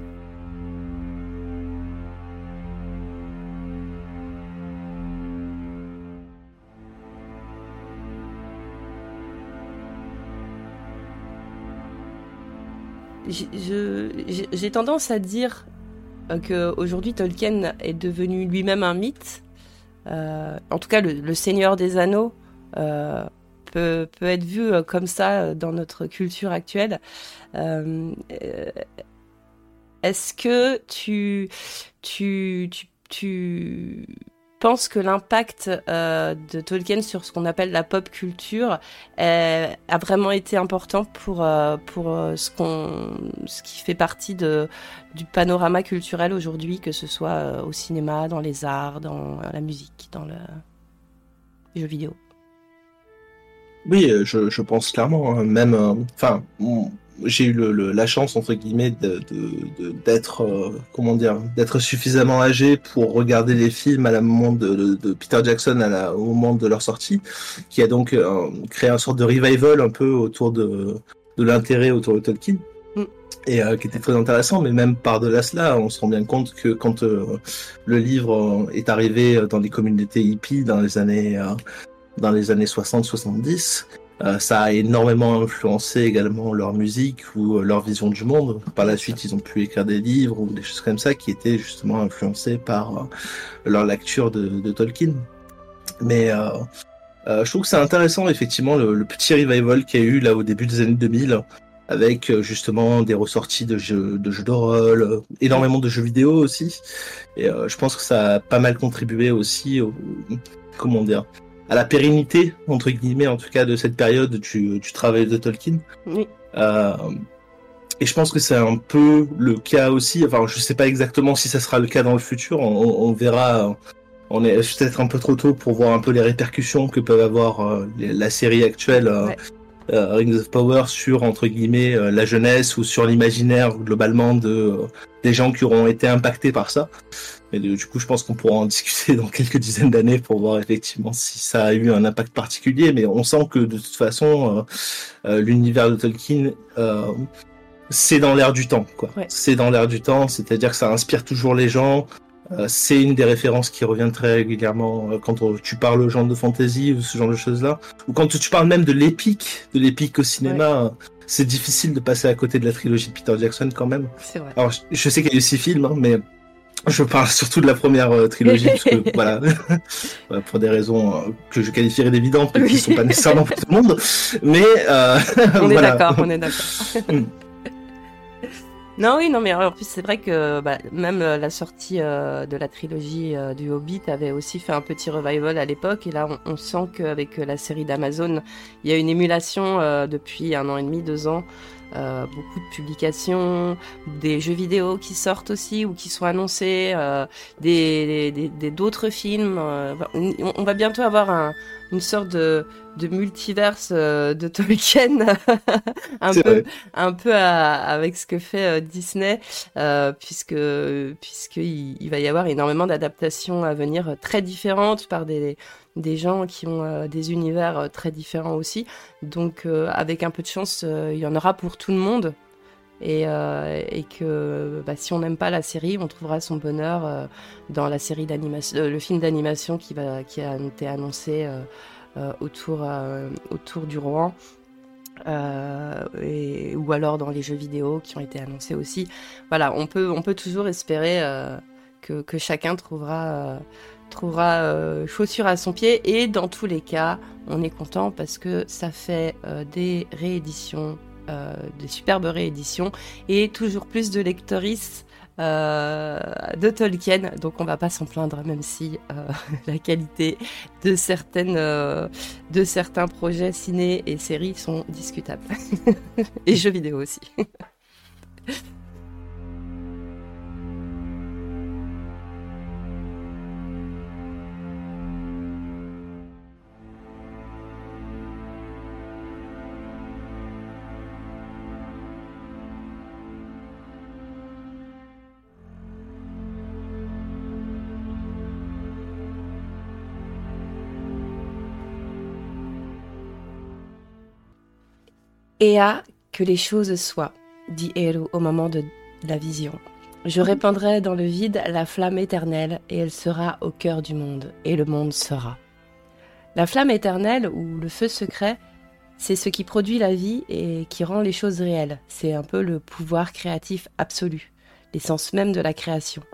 A: J'ai tendance à dire qu'aujourd'hui Tolkien est devenu lui-même un mythe. En tout cas, le Seigneur des Anneaux euh, peut être vu comme ça dans notre culture actuelle. Euh, Est-ce que tu penses que l'impact de Tolkien sur ce qu'on appelle la pop culture a vraiment été important pour ce qui fait partie du panorama culturel aujourd'hui, que ce soit au cinéma, dans les arts, dans la musique, dans les jeux vidéo?
B: Oui, je pense clairement, hein, même, enfin, j'ai eu la chance entre guillemets d'être, comment dire, d'être suffisamment âgé pour regarder les films à la moment de Peter Jackson au moment de leur sortie, qui a donc créé une sorte de revival un peu autour de l'intérêt autour de Tolkien.
A: Mm.
B: Et qui était très intéressant, mais même par-delà cela, on se rend bien compte que quand le livre est arrivé dans les communautés hippies dans les années 60-70, ça a énormément influencé également leur musique ou leur vision du monde. Par la suite, ils ont pu écrire des livres ou des choses comme ça qui étaient justement influencés par leur lecture de Tolkien. Mais je trouve que c'est intéressant, effectivement, le petit revival qu'il y a eu là au début des années 2000, avec justement des ressorties de jeux de rôle, énormément de jeux vidéo aussi. Et je pense que ça a pas mal contribué aussi comment dire, à la pérennité, entre guillemets, en tout cas, de cette période du travail de Tolkien.
A: Oui.
B: Et je pense que c'est un peu le cas aussi, enfin, je sais pas exactement si ça sera le cas dans le futur, on verra. On est peut-être un peu trop tôt pour voir un peu les répercussions que peuvent avoir la série actuelle
A: Ouais.
B: Rings of Power sur, entre guillemets, la jeunesse ou sur l'imaginaire globalement des gens qui auront été impactés par ça. Mais du coup, je pense qu'on pourra en discuter dans quelques dizaines d'années pour voir effectivement si ça a eu un impact particulier. Mais on sent que de toute façon, l'univers de Tolkien, c'est dans l'air du temps, quoi.
A: Ouais.
B: C'est dans l'air du temps, c'est-à-dire que ça inspire toujours les gens. C'est une des références qui revient très régulièrement quand tu parles aux gens de fantasy ou ce genre de choses-là. Ou quand tu parles même de l'épique au cinéma, c'est difficile de passer à côté de la trilogie de Peter Jackson quand même.
A: C'est vrai.
B: Alors, je sais qu'il y a eu 6 films, hein, mais je parle surtout de la première trilogie, parce que voilà, pour des raisons que je qualifierais d'évidentes, mais qui ne sont pas nécessairement pour tout le monde. Mais
A: on est
B: voilà.
A: d'accord, on est d'accord. Non, oui, non, mais en plus, c'est vrai que même la sortie de la trilogie du Hobbit avait aussi fait un petit revival à l'époque. Et là, on sent qu'avec la série d'Amazon, il y a une émulation depuis 1 an et demi, 2 ans. Beaucoup de publications, des jeux vidéo qui sortent aussi ou qui sont annoncés, d'autres films. On va bientôt avoir une sorte de multiverse de Tolkien, un peu avec ce que fait Disney, puisqu'il va y avoir énormément d'adaptations à venir très différentes par des gens qui ont des univers très différents aussi. Donc avec un peu de chance, il y en aura pour tout le monde. Et que si on n'aime pas la série, on trouvera son bonheur dans la série d'animation, le film d'animation qui a été annoncé autour du Rohan. Ou alors dans les jeux vidéo qui ont été annoncés aussi. Voilà, on peut toujours espérer que chacun trouvera chaussure à son pied, et dans tous les cas, on est content parce que ça fait des rééditions, des superbes rééditions, et toujours plus de lectrices de Tolkien, donc on va pas s'en plaindre, même si la qualité de certains projets ciné et séries sont discutables. Et jeux vidéo aussi. Et à que les choses soient, dit Eru au moment de la vision. Je répandrai dans le vide la flamme éternelle, et elle sera au cœur du monde, et le monde sera. La flamme éternelle, ou le feu secret, c'est ce qui produit la vie et qui rend les choses réelles. C'est un peu le pouvoir créatif absolu, l'essence même de la création.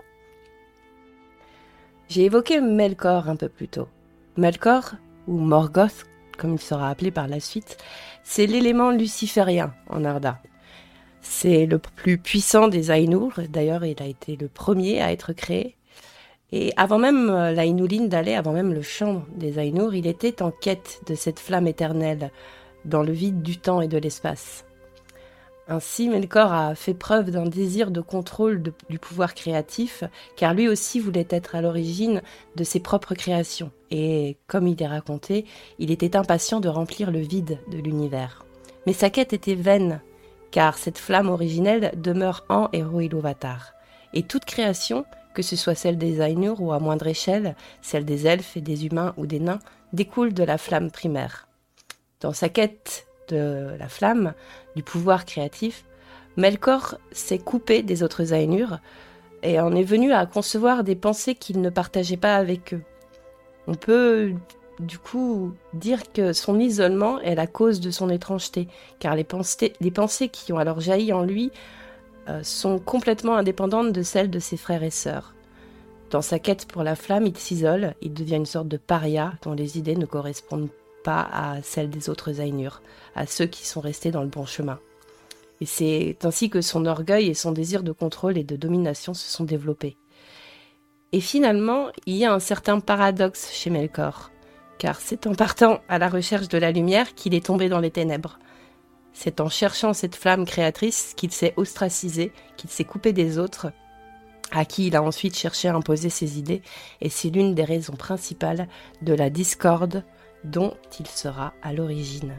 A: J'ai évoqué Melkor un peu plus tôt. Melkor, ou Morgoth, comme il sera appelé par la suite, c'est l'élément luciférien en Arda. C'est le plus puissant des Ainur, d'ailleurs il a été le premier à être créé. Et avant même l'Ainulin d'aller, avant même le chant des Ainur, il était en quête de cette flamme éternelle, dans le vide du temps et de l'espace. Ainsi, Melkor a fait preuve d'un désir de contrôle du pouvoir créatif, car lui aussi voulait être à l'origine de ses propres créations. Et, comme il est raconté, il était impatient de remplir le vide de l'univers. Mais sa quête était vaine, car cette flamme originelle demeure en Eru Ilúvatar. Et toute création, que ce soit celle des Ainur ou à moindre échelle, celle des elfes et des humains ou des nains, découle de la flamme primaire. Dans sa quête de la flamme, du pouvoir créatif, Melkor s'est coupé des autres Ainur et en est venu à concevoir des pensées qu'il ne partageait pas avec eux. On peut du coup dire que son isolement est la cause de son étrangeté, car les pensées qui ont alors jailli en lui sont complètement indépendantes de celles de ses frères et sœurs. Dans sa quête pour la flamme, il s'isole, il devient une sorte de paria dont les idées ne correspondent pas à celles des autres Ainur, à ceux qui sont restés dans le bon chemin. Et c'est ainsi que son orgueil et son désir de contrôle et de domination se sont développés. Et finalement, il y a un certain paradoxe chez Melkor, car c'est en partant à la recherche de la lumière qu'il est tombé dans les ténèbres. C'est en cherchant cette flamme créatrice qu'il s'est ostracisé, qu'il s'est coupé des autres, à qui il a ensuite cherché à imposer ses idées, et c'est l'une des raisons principales de la discorde dont il sera à l'origine.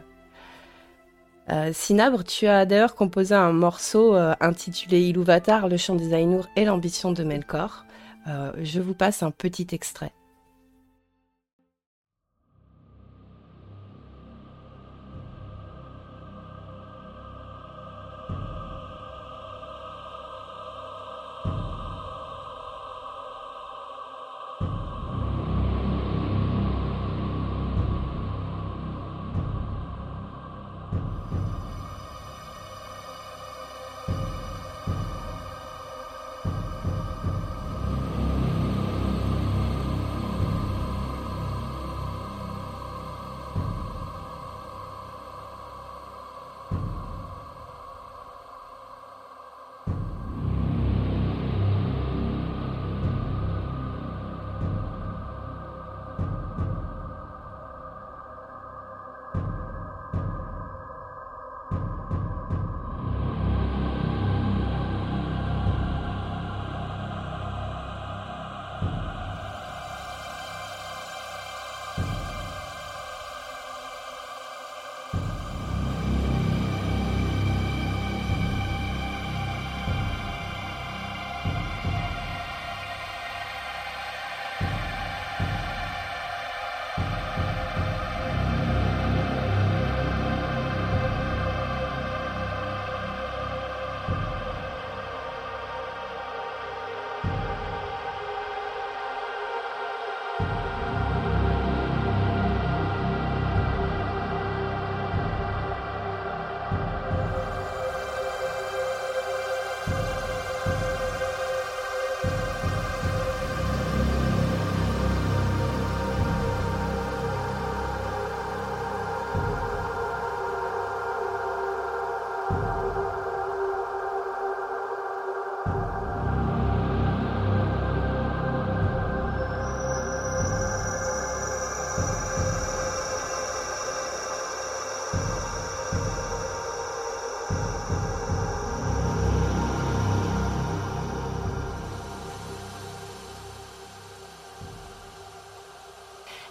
A: Sinabre, tu as d'ailleurs composé un morceau intitulé Ilúvatar, le chant des Ainur et l'ambition de Melkor. Je vous passe un petit extrait.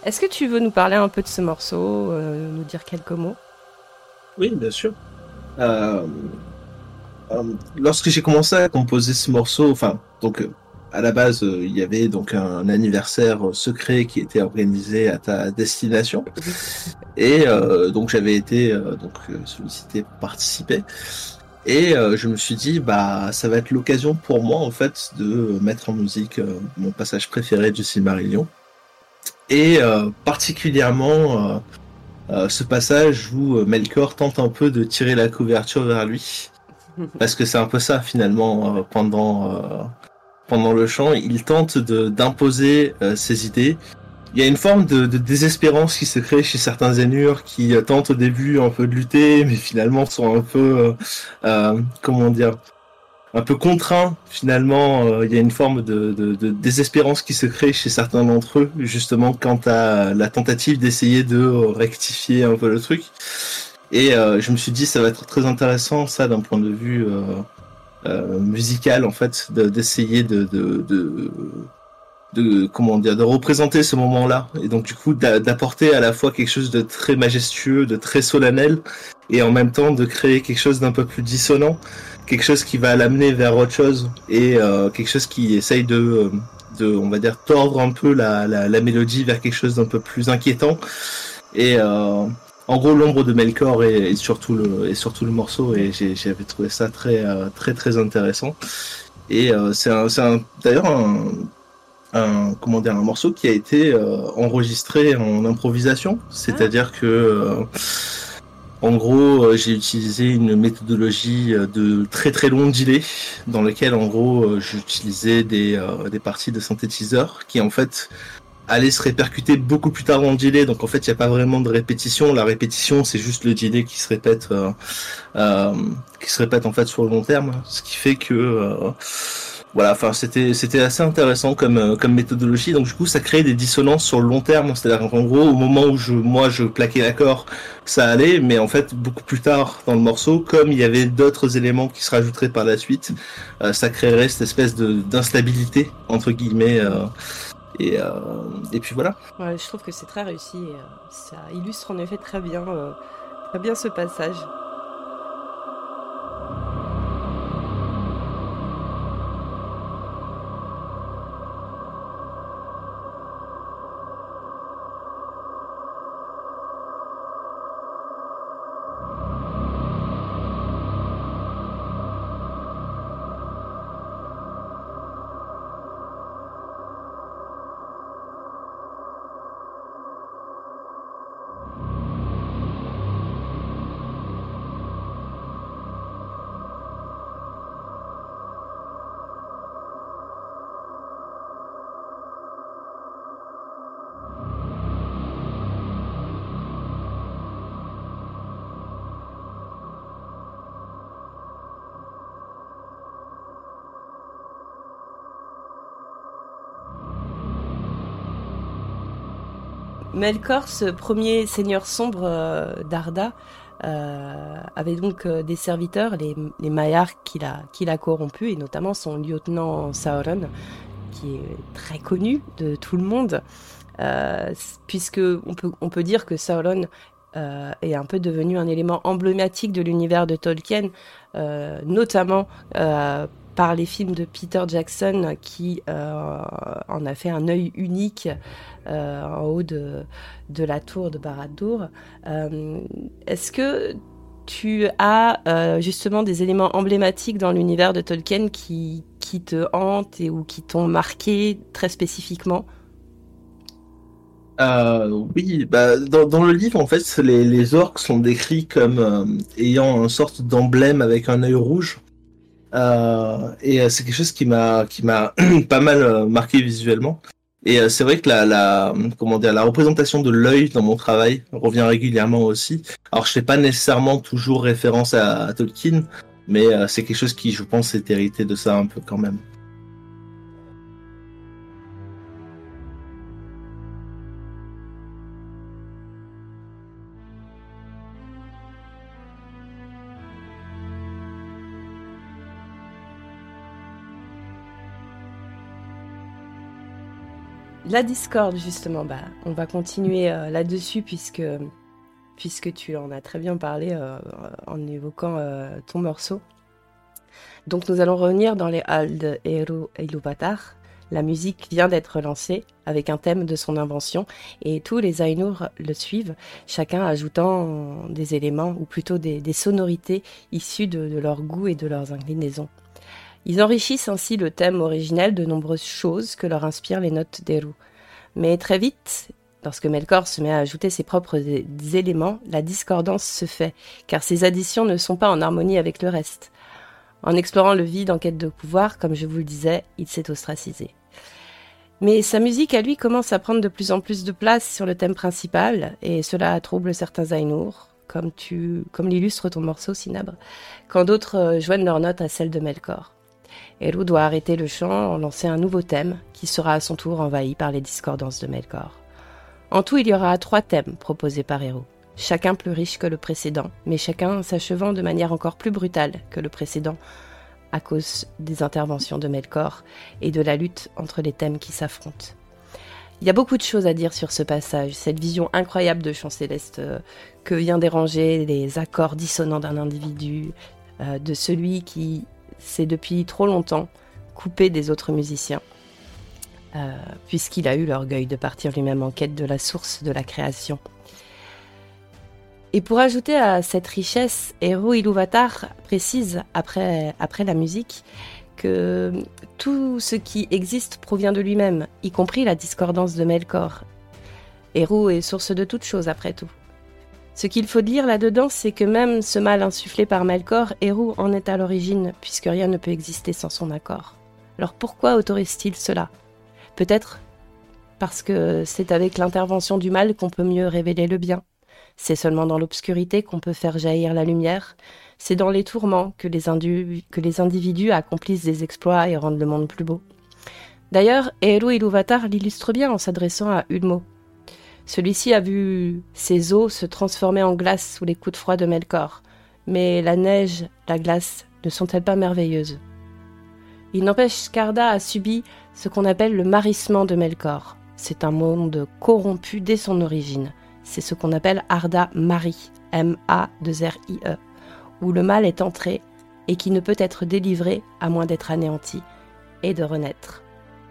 A: Est-ce que tu veux nous parler un peu de ce morceau, nous dire quelques mots?
B: Oui, bien sûr. Euh, Lorsque j'ai commencé à composer ce morceau, enfin, donc à la base, il y avait donc un anniversaire secret qui était organisé à ta destination,
A: Oui.
B: et donc j'avais été sollicité pour participer, et je me suis dit bah ça va être l'occasion pour moi en fait de mettre en musique mon passage préféré du Silmarillion, et particulièrement ce passage où Melkor tente un peu de tirer la couverture vers lui. Parce que c'est un peu ça finalement pendant le chant, il tente d'imposer ses idées. Il y a une forme de désespérance qui se crée chez certains Ainur qui tentent au début un peu de lutter, mais finalement sont un peu comment dire, un peu contraints finalement. Il y a une forme de désespérance qui se crée chez certains d'entre eux, justement quant à la tentative d'essayer de rectifier un peu le truc. Et je me suis dit ça va être très intéressant ça d'un point de vue musical en fait, d'essayer de comment dire, de représenter ce moment-là, et donc du coup d'apporter à la fois quelque chose de très majestueux, de très solennel, et en même temps de créer quelque chose d'un peu plus dissonant, quelque chose qui va l'amener vers autre chose, et quelque chose qui essaye on va dire tordre un peu la mélodie vers quelque chose d'un peu plus inquiétant, et en gros l'ombre de Melkor est surtout le morceau, et j'avais trouvé ça très intéressant, et d'ailleurs comment dire, un morceau qui a été enregistré en improvisation,
A: Ah,
B: c'est-à-dire que en gros j'ai utilisé une méthodologie de très long delay, dans lequel en gros j'utilisais des parties de synthétiseur qui en fait allaient se répercuter beaucoup plus tard dans le delay, donc en fait il n'y a pas vraiment de répétition, la répétition c'est juste le delay euh, qui se répète en fait sur le long terme, ce qui fait que voilà, enfin c'était assez intéressant comme méthodologie. Donc du coup, ça crée des dissonances sur le long terme. C'est-à-dire qu'en gros, au moment où je plaquais l'accord, ça allait, mais en fait beaucoup plus tard dans le morceau, comme il y avait d'autres éléments qui se rajouteraient par la suite, ça créerait cette espèce de d'instabilité entre guillemets. Et euh, et puis voilà.
A: ouais, je trouve que c'est très réussi et ça illustre en effet très bien ce passage. Melkor, ce premier seigneur sombre d'Arda, avait donc des serviteurs, les Maiar qu'il a corrompus, et notamment son lieutenant Sauron, qui est très connu de tout le monde, puisque on peut dire que Sauron est un peu devenu un élément emblématique de l'univers de Tolkien, notamment par les films de Peter Jackson qui en a fait un œil unique en haut de la tour de Barad-dûr. Est-ce que tu as justement des éléments emblématiques dans l'univers de Tolkien qui te hantent ou qui t'ont marqué très spécifiquement?
B: Oui, bah, dans le livre, en fait, les orques sont décrits comme ayant une sorte d'emblème avec un œil rouge. Et c'est quelque chose qui m'a pas mal marqué visuellement. Et c'est vrai que comment dire, la représentation de l'œil dans mon travail revient régulièrement aussi. Alors, je fais pas nécessairement toujours référence à Tolkien, mais c'est quelque chose qui, je pense, est hérité de ça un peu quand même.
A: La discorde, justement, on va continuer là-dessus puisque tu en as très bien parlé en évoquant ton morceau. Donc nous allons revenir dans les halles de Eru Ilúvatar. La musique vient d'être lancée avec un thème de son invention et tous les Ainur le suivent, chacun ajoutant des éléments ou plutôt des sonorités issues de leur goût et de leurs inclinaisons. Ils enrichissent ainsi le thème originel de nombreuses choses que leur inspirent les notes d'Eru. Mais très vite, lorsque Melkor se met à ajouter ses propres éléments, la discordance se fait, car ces additions ne sont pas en harmonie avec le reste. En explorant le vide en quête de pouvoir, comme je vous le disais, il s'est ostracisé. Mais sa musique à lui commence à prendre de plus en plus de place sur le thème principal, et cela trouble certains Ainur, comme l'illustre ton morceau, Cinabre, quand d'autres joignent leurs notes à celles de Melkor. Eru doit arrêter le chant en lancer un nouveau thème, qui sera à son tour envahi par les discordances de Melkor. En tout, il y aura 3 thèmes proposés par Eru, chacun plus riche que le précédent, mais chacun s'achevant de manière encore plus brutale que le précédent, à cause des interventions de Melkor et de la lutte entre les thèmes qui s'affrontent. Il y a beaucoup de choses à dire sur ce passage, cette vision incroyable de chant céleste que vient déranger les accords dissonants d'un individu, de celui qui s'est depuis trop longtemps coupé des autres musiciens, puisqu'il a eu l'orgueil de partir lui-même en quête de la source de la création. Et pour ajouter à cette richesse, Eru Ilúvatar précise, après la musique, que tout ce qui existe provient de lui-même, y compris la discordance de Melkor. Eru est source de toute chose, après tout. Ce qu'il faut dire là-dedans, c'est que même ce mal insufflé par Melkor, Eru en est à l'origine, puisque rien ne peut exister sans son accord. Alors pourquoi autorise-t-il cela ? Peut-être parce que c'est avec l'intervention du mal qu'on peut mieux révéler le bien. C'est seulement dans l'obscurité qu'on peut faire jaillir la lumière. C'est dans les tourments que les individus accomplissent des exploits et rendent le monde plus beau. D'ailleurs, Eru Ilúvatar l'illustre bien en s'adressant à Ulmo. Celui-ci a vu ses eaux se transformer en glace sous les coups de froid de Melkor. Mais la neige, la glace, ne sont-elles pas merveilleuses ? Il n'empêche qu'Arda a subi ce qu'on appelle le marissement de Melkor. C'est un monde corrompu dès son origine. C'est ce qu'on appelle Arda Mari, M-A-2-R-I-E, où le mal est entré et qui ne peut être délivré à moins d'être anéanti et de renaître.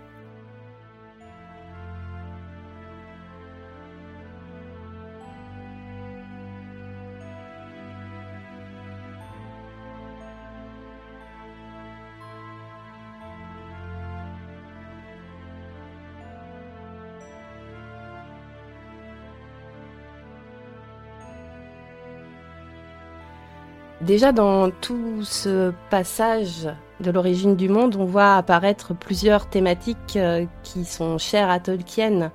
A: Déjà dans tout ce passage de l'origine du monde, on voit apparaître plusieurs thématiques qui sont chères à Tolkien.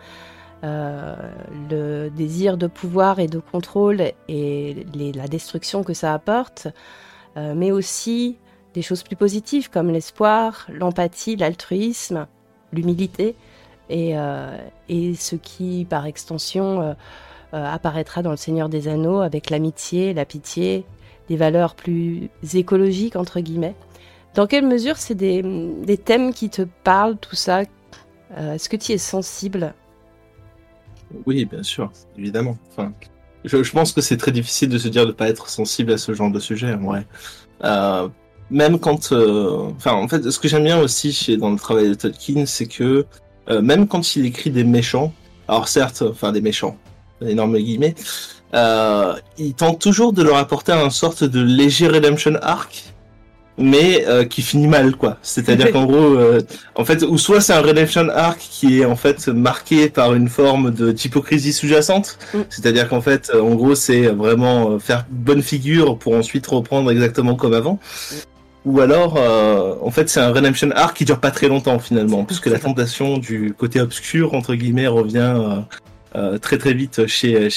A: Le désir de pouvoir et de contrôle et la destruction que ça apporte, mais aussi des choses plus positives comme l'espoir, l'empathie, l'altruisme, l'humilité et ce qui, par extension, apparaîtra dans Le Seigneur des Anneaux avec l'amitié, la pitié, des valeurs plus écologiques, entre guillemets. Dans quelle mesure c'est des thèmes qui te parlent, tout ça ? Est-ce que tu y es sensible ?
B: Oui, bien sûr, évidemment. Enfin, je pense que c'est très difficile de se dire de ne pas être sensible à ce genre de sujet, ouais. Même quand... en fait, ce que j'aime bien aussi dans le travail de Tolkien, c'est que même quand il écrit des méchants, alors certes, des méchants, énorme guillemets, il tente toujours de leur apporter une sorte de léger redemption arc, mais qui finit mal, quoi. C'est-à-dire qu'en gros, ou soit c'est un redemption arc qui est en fait marqué par une forme d'hypocrisie sous-jacente, c'est-à-dire qu'en fait, en gros, c'est vraiment faire bonne figure pour ensuite reprendre exactement comme avant. Ou alors, en fait, c'est un redemption arc qui dure pas très longtemps finalement, puisque la tentation du côté obscur entre guillemets revient très très vite chez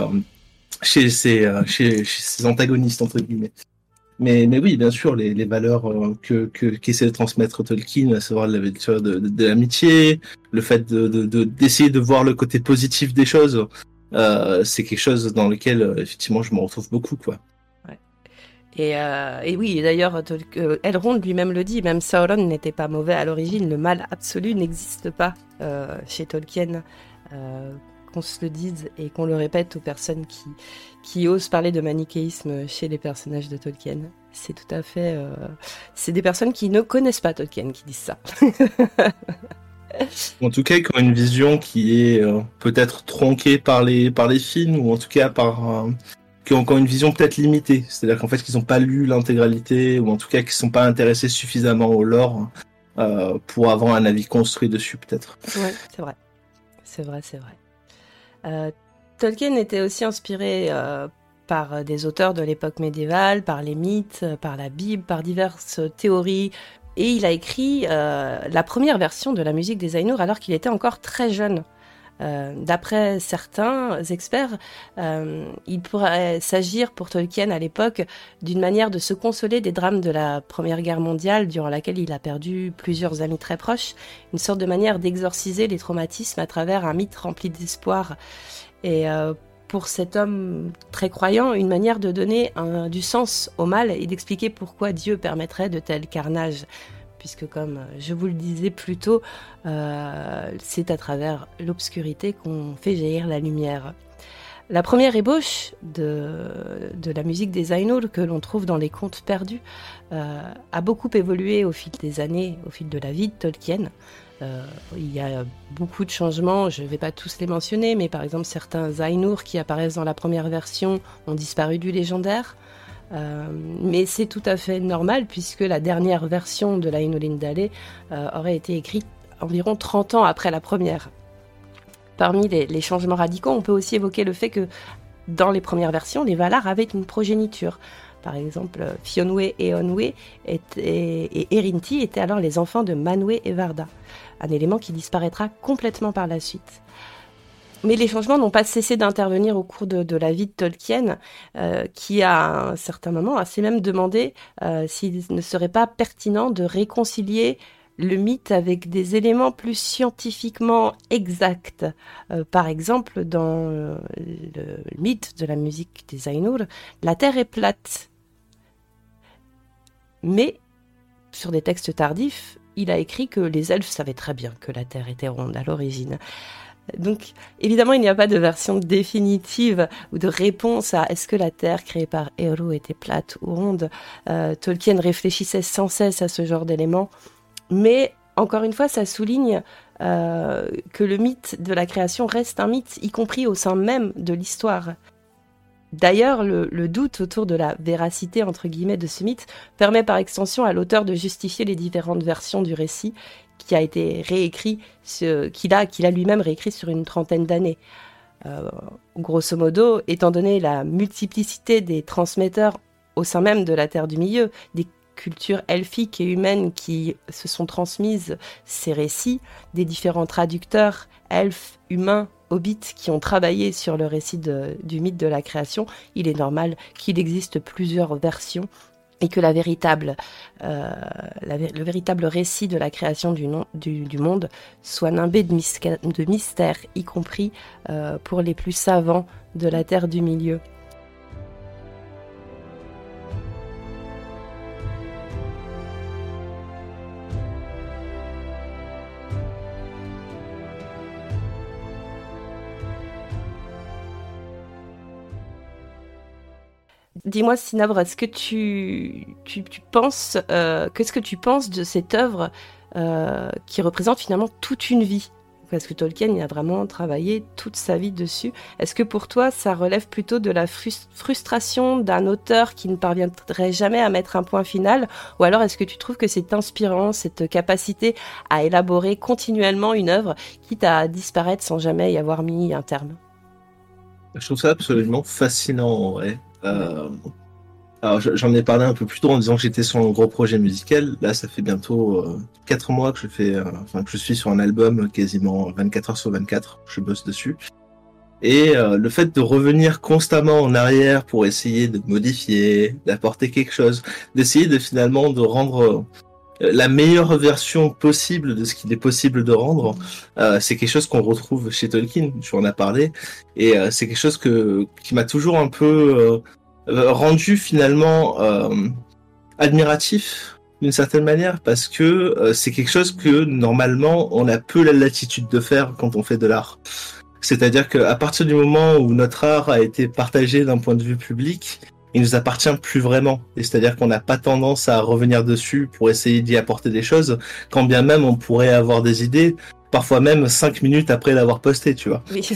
B: ses antagonistes entre guillemets. Mais oui, bien sûr, les valeurs qu'essaie de transmettre Tolkien, à savoir de l'amitié, le fait d'essayer de voir le côté positif des choses, c'est quelque chose dans lequel effectivement je me retrouve beaucoup, quoi.
A: Ouais. Et oui, et d'ailleurs, Elrond lui-même le dit, même Sauron n'était pas mauvais à l'origine, le mal absolu n'existe pas chez Tolkien. Qu'on se le dise et qu'on le répète aux personnes qui osent parler de manichéisme chez les personnages de Tolkien. C'est tout à fait... c'est des personnes qui ne connaissent pas Tolkien qui disent ça.
B: En tout cas, qui ont une vision qui est peut-être tronquée par les films, ou en tout cas qui ont encore une vision peut-être limitée. C'est-à-dire qu'en fait, qu'ils n'ont pas lu l'intégralité, ou en tout cas qu'ils ne sont pas intéressés suffisamment au lore pour avoir un avis construit dessus, peut-être.
A: Ouais, c'est vrai. C'est vrai. Tolkien était aussi inspiré par des auteurs de l'époque médiévale, par les mythes, par la Bible, par diverses théories. Et il a écrit la première version de la musique des Ainur alors qu'il était encore très jeune. D'après certains experts, il pourrait s'agir pour Tolkien à l'époque d'une manière de se consoler des drames de la Première Guerre mondiale durant laquelle il a perdu plusieurs amis très proches, une sorte de manière d'exorciser les traumatismes à travers un mythe rempli d'espoir. Et pour cet homme très croyant, une manière de donner du sens au mal et d'expliquer pourquoi Dieu permettrait de tels carnages. Puisque comme je vous le disais plus tôt, c'est à travers l'obscurité qu'on fait jaillir la lumière. La première ébauche de la musique des Ainur que l'on trouve dans les contes perdus a beaucoup évolué au fil des années, au fil de la vie de Tolkien. Il y a beaucoup de changements, je ne vais pas tous les mentionner, mais par exemple certains Ainur qui apparaissent dans la première version ont disparu du légendaire. Mais c'est tout à fait normal puisque la dernière version de l'Ainulindale aurait été écrite environ 30 ans après la première. Parmi les changements radicaux, on peut aussi évoquer le fait que dans les premières versions, les Valar avaient une progéniture. Par exemple, Fionwe et Onwe et Erinti étaient alors les enfants de Manwë et Varda, un élément qui disparaîtra complètement par la suite. Mais les changements n'ont pas cessé d'intervenir au cours de la vie de Tolkien, qui à un certain moment s'est même demandé s'il ne serait pas pertinent de réconcilier le mythe avec des éléments plus scientifiquement exacts. Par exemple, dans le mythe de la musique des Ainur, la Terre est plate. Mais, sur des textes tardifs, il a écrit que les elfes savaient très bien que la Terre était ronde à l'origine. Donc, évidemment, il n'y a pas de version définitive ou de réponse à est-ce que la Terre créée par Eru était plate ou ronde. Tolkien réfléchissait sans cesse à ce genre d'éléments. Mais, encore une fois, ça souligne que le mythe de la création reste un mythe, y compris au sein même de l'histoire. D'ailleurs, le doute autour de la véracité, entre guillemets, de ce mythe permet par extension à l'auteur de justifier les différentes versions du récit qui a été réécrit, qu'il a lui-même réécrit sur une trentaine d'années. Grosso modo, étant donné la multiplicité des transmetteurs au sein même de la Terre du Milieu, des cultures elfiques et humaines qui se sont transmises ces récits, des différents traducteurs, elfes, humains, hobbits qui ont travaillé sur le récit du mythe de la création, il est normal qu'il existe plusieurs versions et que le véritable récit de la création du monde soit nimbé de mystère, y compris pour les plus savants de la Terre du Milieu. Dis-moi, Sinabre, est-ce que tu penses, qu'est-ce que tu penses de cette œuvre qui représente finalement toute une vie? Parce que Tolkien, il a vraiment travaillé toute sa vie dessus. Est-ce que pour toi, ça relève plutôt de la frustration d'un auteur qui ne parviendrait jamais à mettre un point final? Ou alors est-ce que tu trouves que c'est inspirant, cette capacité à élaborer continuellement une œuvre, quitte à disparaître sans jamais y avoir mis un terme?
B: Je trouve ça absolument fascinant, en vrai. Alors j'en ai parlé un peu plus tôt en disant que j'étais sur un gros projet musical. Là, ça fait bientôt 4 mois que je suis sur un album quasiment 24 heures sur 24. Je bosse dessus. Et le fait de revenir constamment en arrière pour essayer de modifier, d'apporter quelque chose, d'essayer de finalement de rendre la meilleure version possible de ce qu'il est possible de rendre, c'est quelque chose qu'on retrouve chez Tolkien. Tu en as parlé. Et c'est quelque chose qui m'a toujours un peu rendu finalement admiratif d'une certaine manière, parce que c'est quelque chose que normalement on a peu la latitude de faire quand on fait de l'art. C'est-à-dire qu'à partir du moment où notre art a été partagé d'un point de vue public, il nous appartient plus vraiment. Et c'est-à-dire qu'on n'a pas tendance à revenir dessus pour essayer d'y apporter des choses, quand bien même on pourrait avoir des idées, parfois même 5 minutes après l'avoir posté, tu vois.
A: Oui.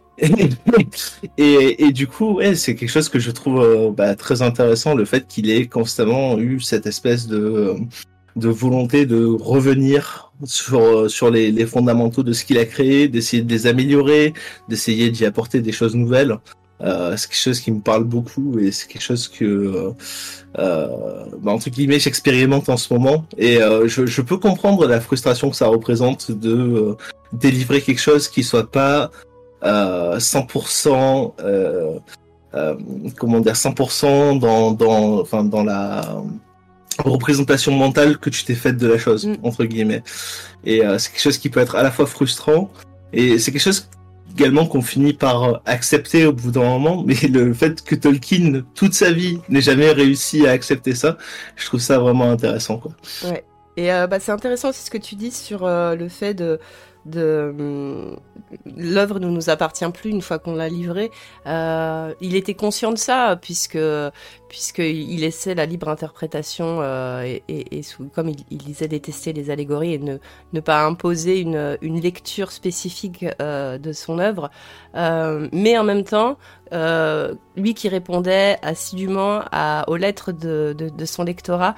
B: Et du coup, ouais, c'est quelque chose que je trouve très intéressant, le fait qu'il ait constamment eu cette espèce de volonté de revenir sur les fondamentaux de ce qu'il a créé, d'essayer de les améliorer, d'essayer d'y apporter des choses nouvelles. C'est quelque chose qui me parle beaucoup et c'est quelque chose que, entre guillemets, j'expérimente en ce moment. Et je peux comprendre la frustration que ça représente de délivrer quelque chose qui soit pas 100%, comment dire, 100% dans la représentation mentale que tu t'es faite de la chose, entre guillemets. Et c'est quelque chose qui peut être à la fois frustrant et c'est quelque chose également qu'on finit par accepter au bout d'un moment, mais le fait que Tolkien, toute sa vie, n'ait jamais réussi à accepter ça, je trouve ça vraiment intéressant, quoi.
A: Ouais. Et c'est intéressant aussi ce que tu dis sur le fait de l'œuvre ne nous appartient plus une fois qu'on l'a livrée. Il était conscient de ça puisqu'il laissait la libre interprétation et comme il disait détester les allégories et ne pas imposer une lecture spécifique de son œuvre, mais en même temps lui qui répondait assidûment aux lettres de son lectorat,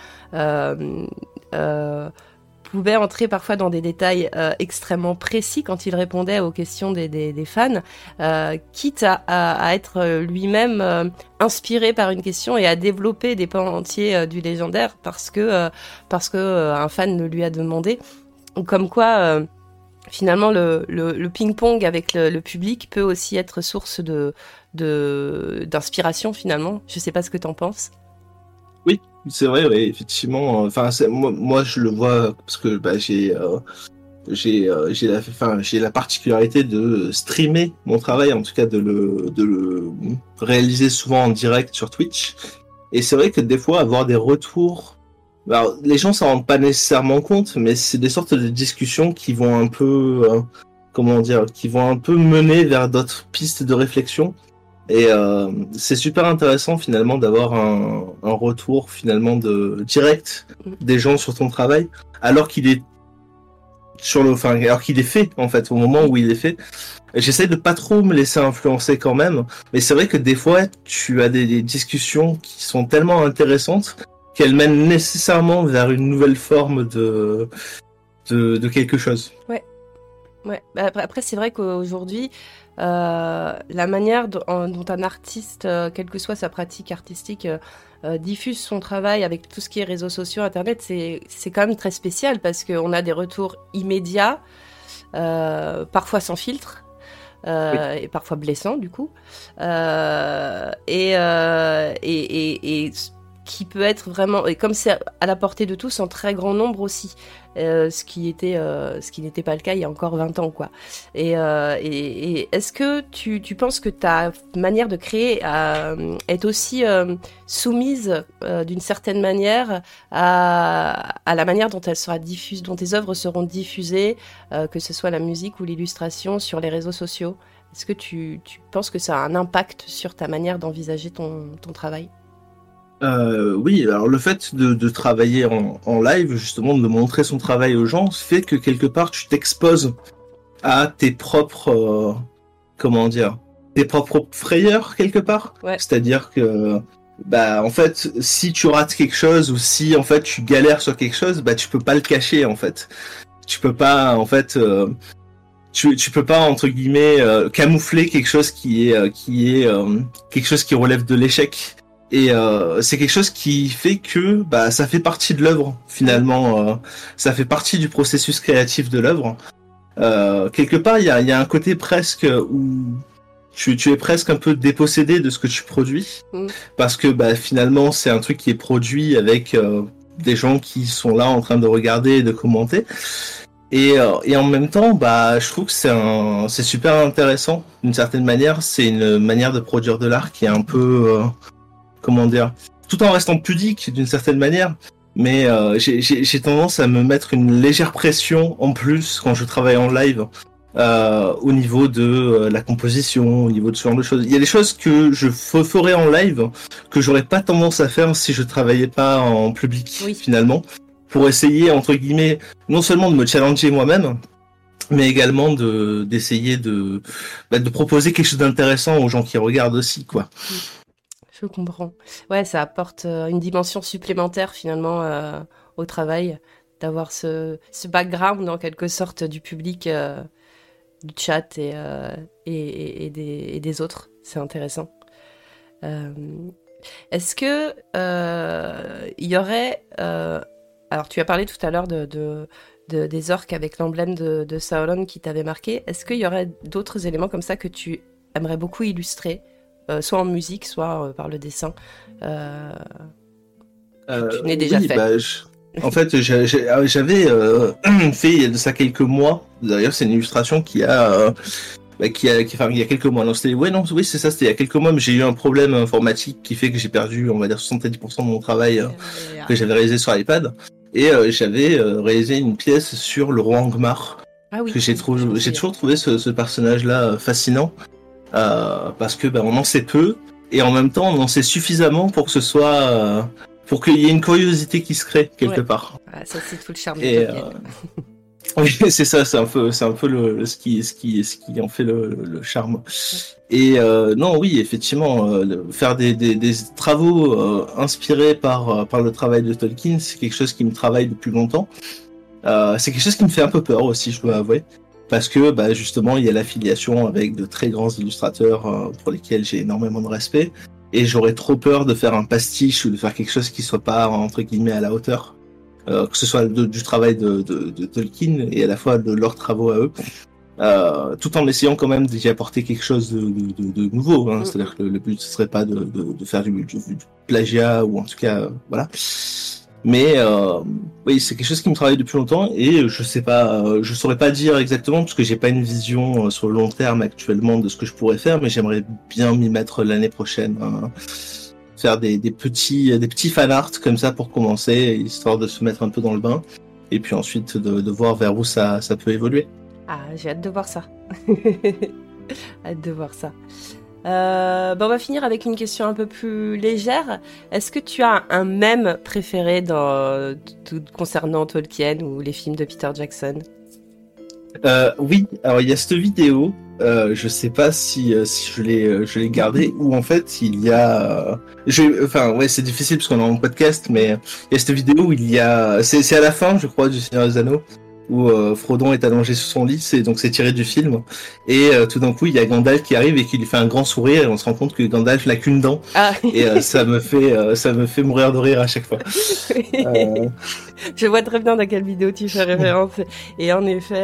A: pouvait entrer parfois dans des détails extrêmement précis quand il répondait aux questions des fans, quitte à être lui-même inspiré par une question et à développer des pans entiers du légendaire parce que un fan le lui a demandé. Comme quoi, finalement, le ping-pong avec le public peut aussi être source d'inspiration, finalement. Je sais pas ce que t'en penses.
B: Oui, c'est vrai, ouais, effectivement. Enfin, moi, je le vois parce que j'ai la particularité de streamer mon travail, en tout cas de le réaliser souvent en direct sur Twitch. Et c'est vrai que des fois, avoir des retours, alors, les gens s'en rendent pas nécessairement compte, mais c'est des sortes de discussions qui vont un peu, qui vont un peu mener vers d'autres pistes de réflexion. Et c'est super intéressant finalement d'avoir un retour finalement direct des gens sur ton travail, alors qu'il est alors qu'il est fait en fait au moment où il est fait. J'essaie de pas trop me laisser influencer quand même, mais c'est vrai que des fois tu as des discussions qui sont tellement intéressantes qu'elles mènent nécessairement vers une nouvelle forme de quelque chose.
A: Ouais. Après c'est vrai qu'aujourd'hui, la manière dont un artiste, quelle que soit sa pratique artistique, diffuse son travail avec tout ce qui est réseaux sociaux, internet, c'est quand même très spécial parce qu'on a des retours immédiats, parfois sans filtre. Et parfois blessants du coup, et qui peut être vraiment, et comme c'est à la portée de tous en très grand nombre aussi, ce qui n'était pas le cas il y a encore 20 ans quoi. Et est-ce que tu penses que ta manière de créer est aussi soumise d'une certaine manière à la manière dont elle sera diffusée, dont tes œuvres seront diffusées, que ce soit la musique ou l'illustration sur les réseaux sociaux? Est-ce que tu penses que ça a un impact sur ta manière d'envisager ton travail?
B: Oui, alors le fait de travailler en live, justement, de montrer son travail aux gens, fait que quelque part tu t'exposes à tes propres, tes propres frayeurs quelque part.
A: Ouais.
B: C'est-à-dire que, en fait, si tu rates quelque chose ou si en fait tu galères sur quelque chose, tu peux pas le cacher en fait. Tu peux pas en fait, tu peux pas entre guillemets camoufler quelque chose qui est quelque chose qui relève de l'échec. Et c'est quelque chose qui fait que ça fait partie de l'œuvre finalement, ça fait partie du processus créatif de l'œuvre. Quelque part, il y a un côté presque où tu es presque un peu dépossédé de ce que tu produis, parce que finalement c'est un truc qui est produit avec des gens qui sont là en train de regarder et de commenter. Et en même temps, je trouve que c'est super intéressant d'une certaine manière. C'est une manière de produire de l'art qui est un peu comment dire, tout en restant pudique d'une certaine manière. Mais j'ai tendance à me mettre une légère pression en plus quand je travaille en live au niveau de la composition, au niveau de ce genre de choses. Il y a des choses que je ferais en live que j'aurais pas tendance à faire si je travaillais pas en public finalement, pour essayer entre guillemets non seulement de me challenger moi-même, mais également d'essayer de proposer quelque chose d'intéressant aux gens qui regardent aussi, quoi.
A: Je comprends. Ouais, ça apporte une dimension supplémentaire finalement au travail, d'avoir ce background en quelque sorte du public, du chat et des autres. C'est intéressant. Est-ce que il y aurait... alors tu as parlé tout à l'heure des orques avec l'emblème de Sauron qui t'avait marqué. Est-ce qu'il y aurait d'autres éléments comme ça que tu aimerais beaucoup illustrer, soit en musique, soit par le dessin, tu n'es déjà fait.
B: En fait, j'avais fait il y a de ça quelques mois. D'ailleurs, c'est une illustration qui a il y a quelques mois. Non, oui, c'est ça, c'était il y a quelques mois, mais j'ai eu un problème informatique qui fait que j'ai perdu, on va dire, 70% de mon travail que j'avais réalisé sur iPad. Et j'avais réalisé une pièce sur le roi Angmar. Que j'ai toujours trouvé ce personnage-là fascinant. Parce que on en sait peu, et en même temps on en sait suffisamment pour que ce soit pour qu'il y ait une curiosité qui se crée quelque part.
A: Ah, ça c'est tout le charme de
B: oui, c'est ça, c'est un peu ce qui en fait le charme. Et non, oui, effectivement, faire des travaux inspirés par le travail de Tolkien, c'est quelque chose qui me travaille depuis longtemps. C'est quelque chose qui me fait un peu peur aussi, je dois avouer. Parce que justement il y a l'affiliation avec de très grands illustrateurs pour lesquels j'ai énormément de respect, et j'aurais trop peur de faire un pastiche ou de faire quelque chose qui soit pas entre guillemets à la hauteur, que ce soit du travail de Tolkien et à la fois de leurs travaux à eux, tout en essayant quand même d'y apporter quelque chose de nouveau, hein. C'est-à-dire que le but ce serait pas de faire du plagiat, ou en tout cas voilà. Mais oui, c'est quelque chose qui me travaille depuis longtemps, et je sais pas, je saurais pas dire exactement parce que j'ai pas une vision sur le long terme actuellement de ce que je pourrais faire, mais j'aimerais bien m'y mettre l'année prochaine, hein. Faire des petits fan art comme ça pour commencer, histoire de se mettre un peu dans le bain, et puis ensuite de voir vers où ça peut évoluer.
A: Ah, j'ai hâte de voir ça. Hâte de voir ça. On va finir avec une question un peu plus légère. Est-ce que tu as un mème préféré concernant Tolkien ou les films de Peter Jackson?
B: Oui, alors il y a cette vidéo, je sais pas si je l'ai gardée, où en fait il y a... c'est difficile parce qu'on est en podcast, mais il y a cette vidéo où il y a... C'est à la fin, je crois, du Seigneur des Anneaux, où Frodon est allongé sur son lit, c'est tiré du film, et tout d'un coup il y a Gandalf qui arrive et qui lui fait un grand sourire, et on se rend compte que Gandalf n'a qu'une dent. Et ça me fait mourir de rire à chaque fois.
A: Je vois très bien dans quelle vidéo tu fais référence, et en effet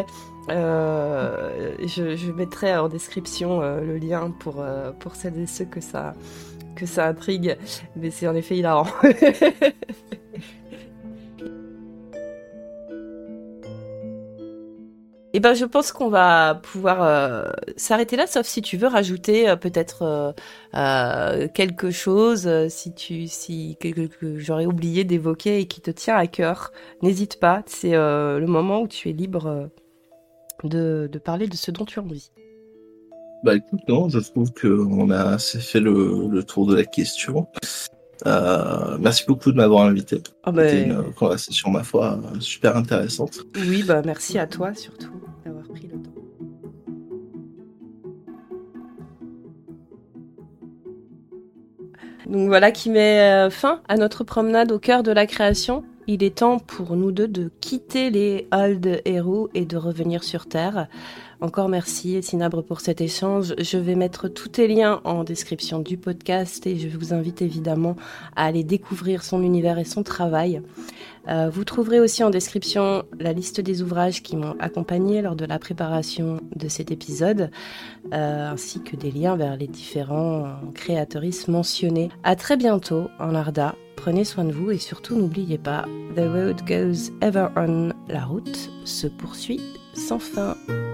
A: je mettrai en description le lien pour celles et ceux que ça intrigue, mais c'est en effet hilarant. Et je pense qu'on va pouvoir s'arrêter là, sauf si tu veux rajouter peut-être quelque chose, que j'aurais oublié d'évoquer et qui te tient à cœur. N'hésite pas, c'est le moment où tu es libre de parler de ce dont tu as envie.
B: Écoute, non, je trouve qu'on a assez fait le tour de la question. Merci beaucoup de m'avoir invité. C'était une conversation, ma foi, super intéressante.
A: Oui, merci à toi surtout d'avoir pris le temps. Donc voilà qui met fin à notre promenade au cœur de la création. Il est temps pour nous deux de quitter les halles de Eru et de revenir sur Terre. Encore merci Tinabre pour cet échange. Je vais mettre tous tes liens en description du podcast et je vous invite évidemment à aller découvrir son univers et son travail. Vous trouverez aussi en description la liste des ouvrages qui m'ont accompagné lors de la préparation de cet épisode, ainsi que des liens vers les différents créateuristes mentionnés. À très bientôt en Arda. Prenez soin de vous et surtout n'oubliez pas, The road goes ever on. La route se poursuit sans fin.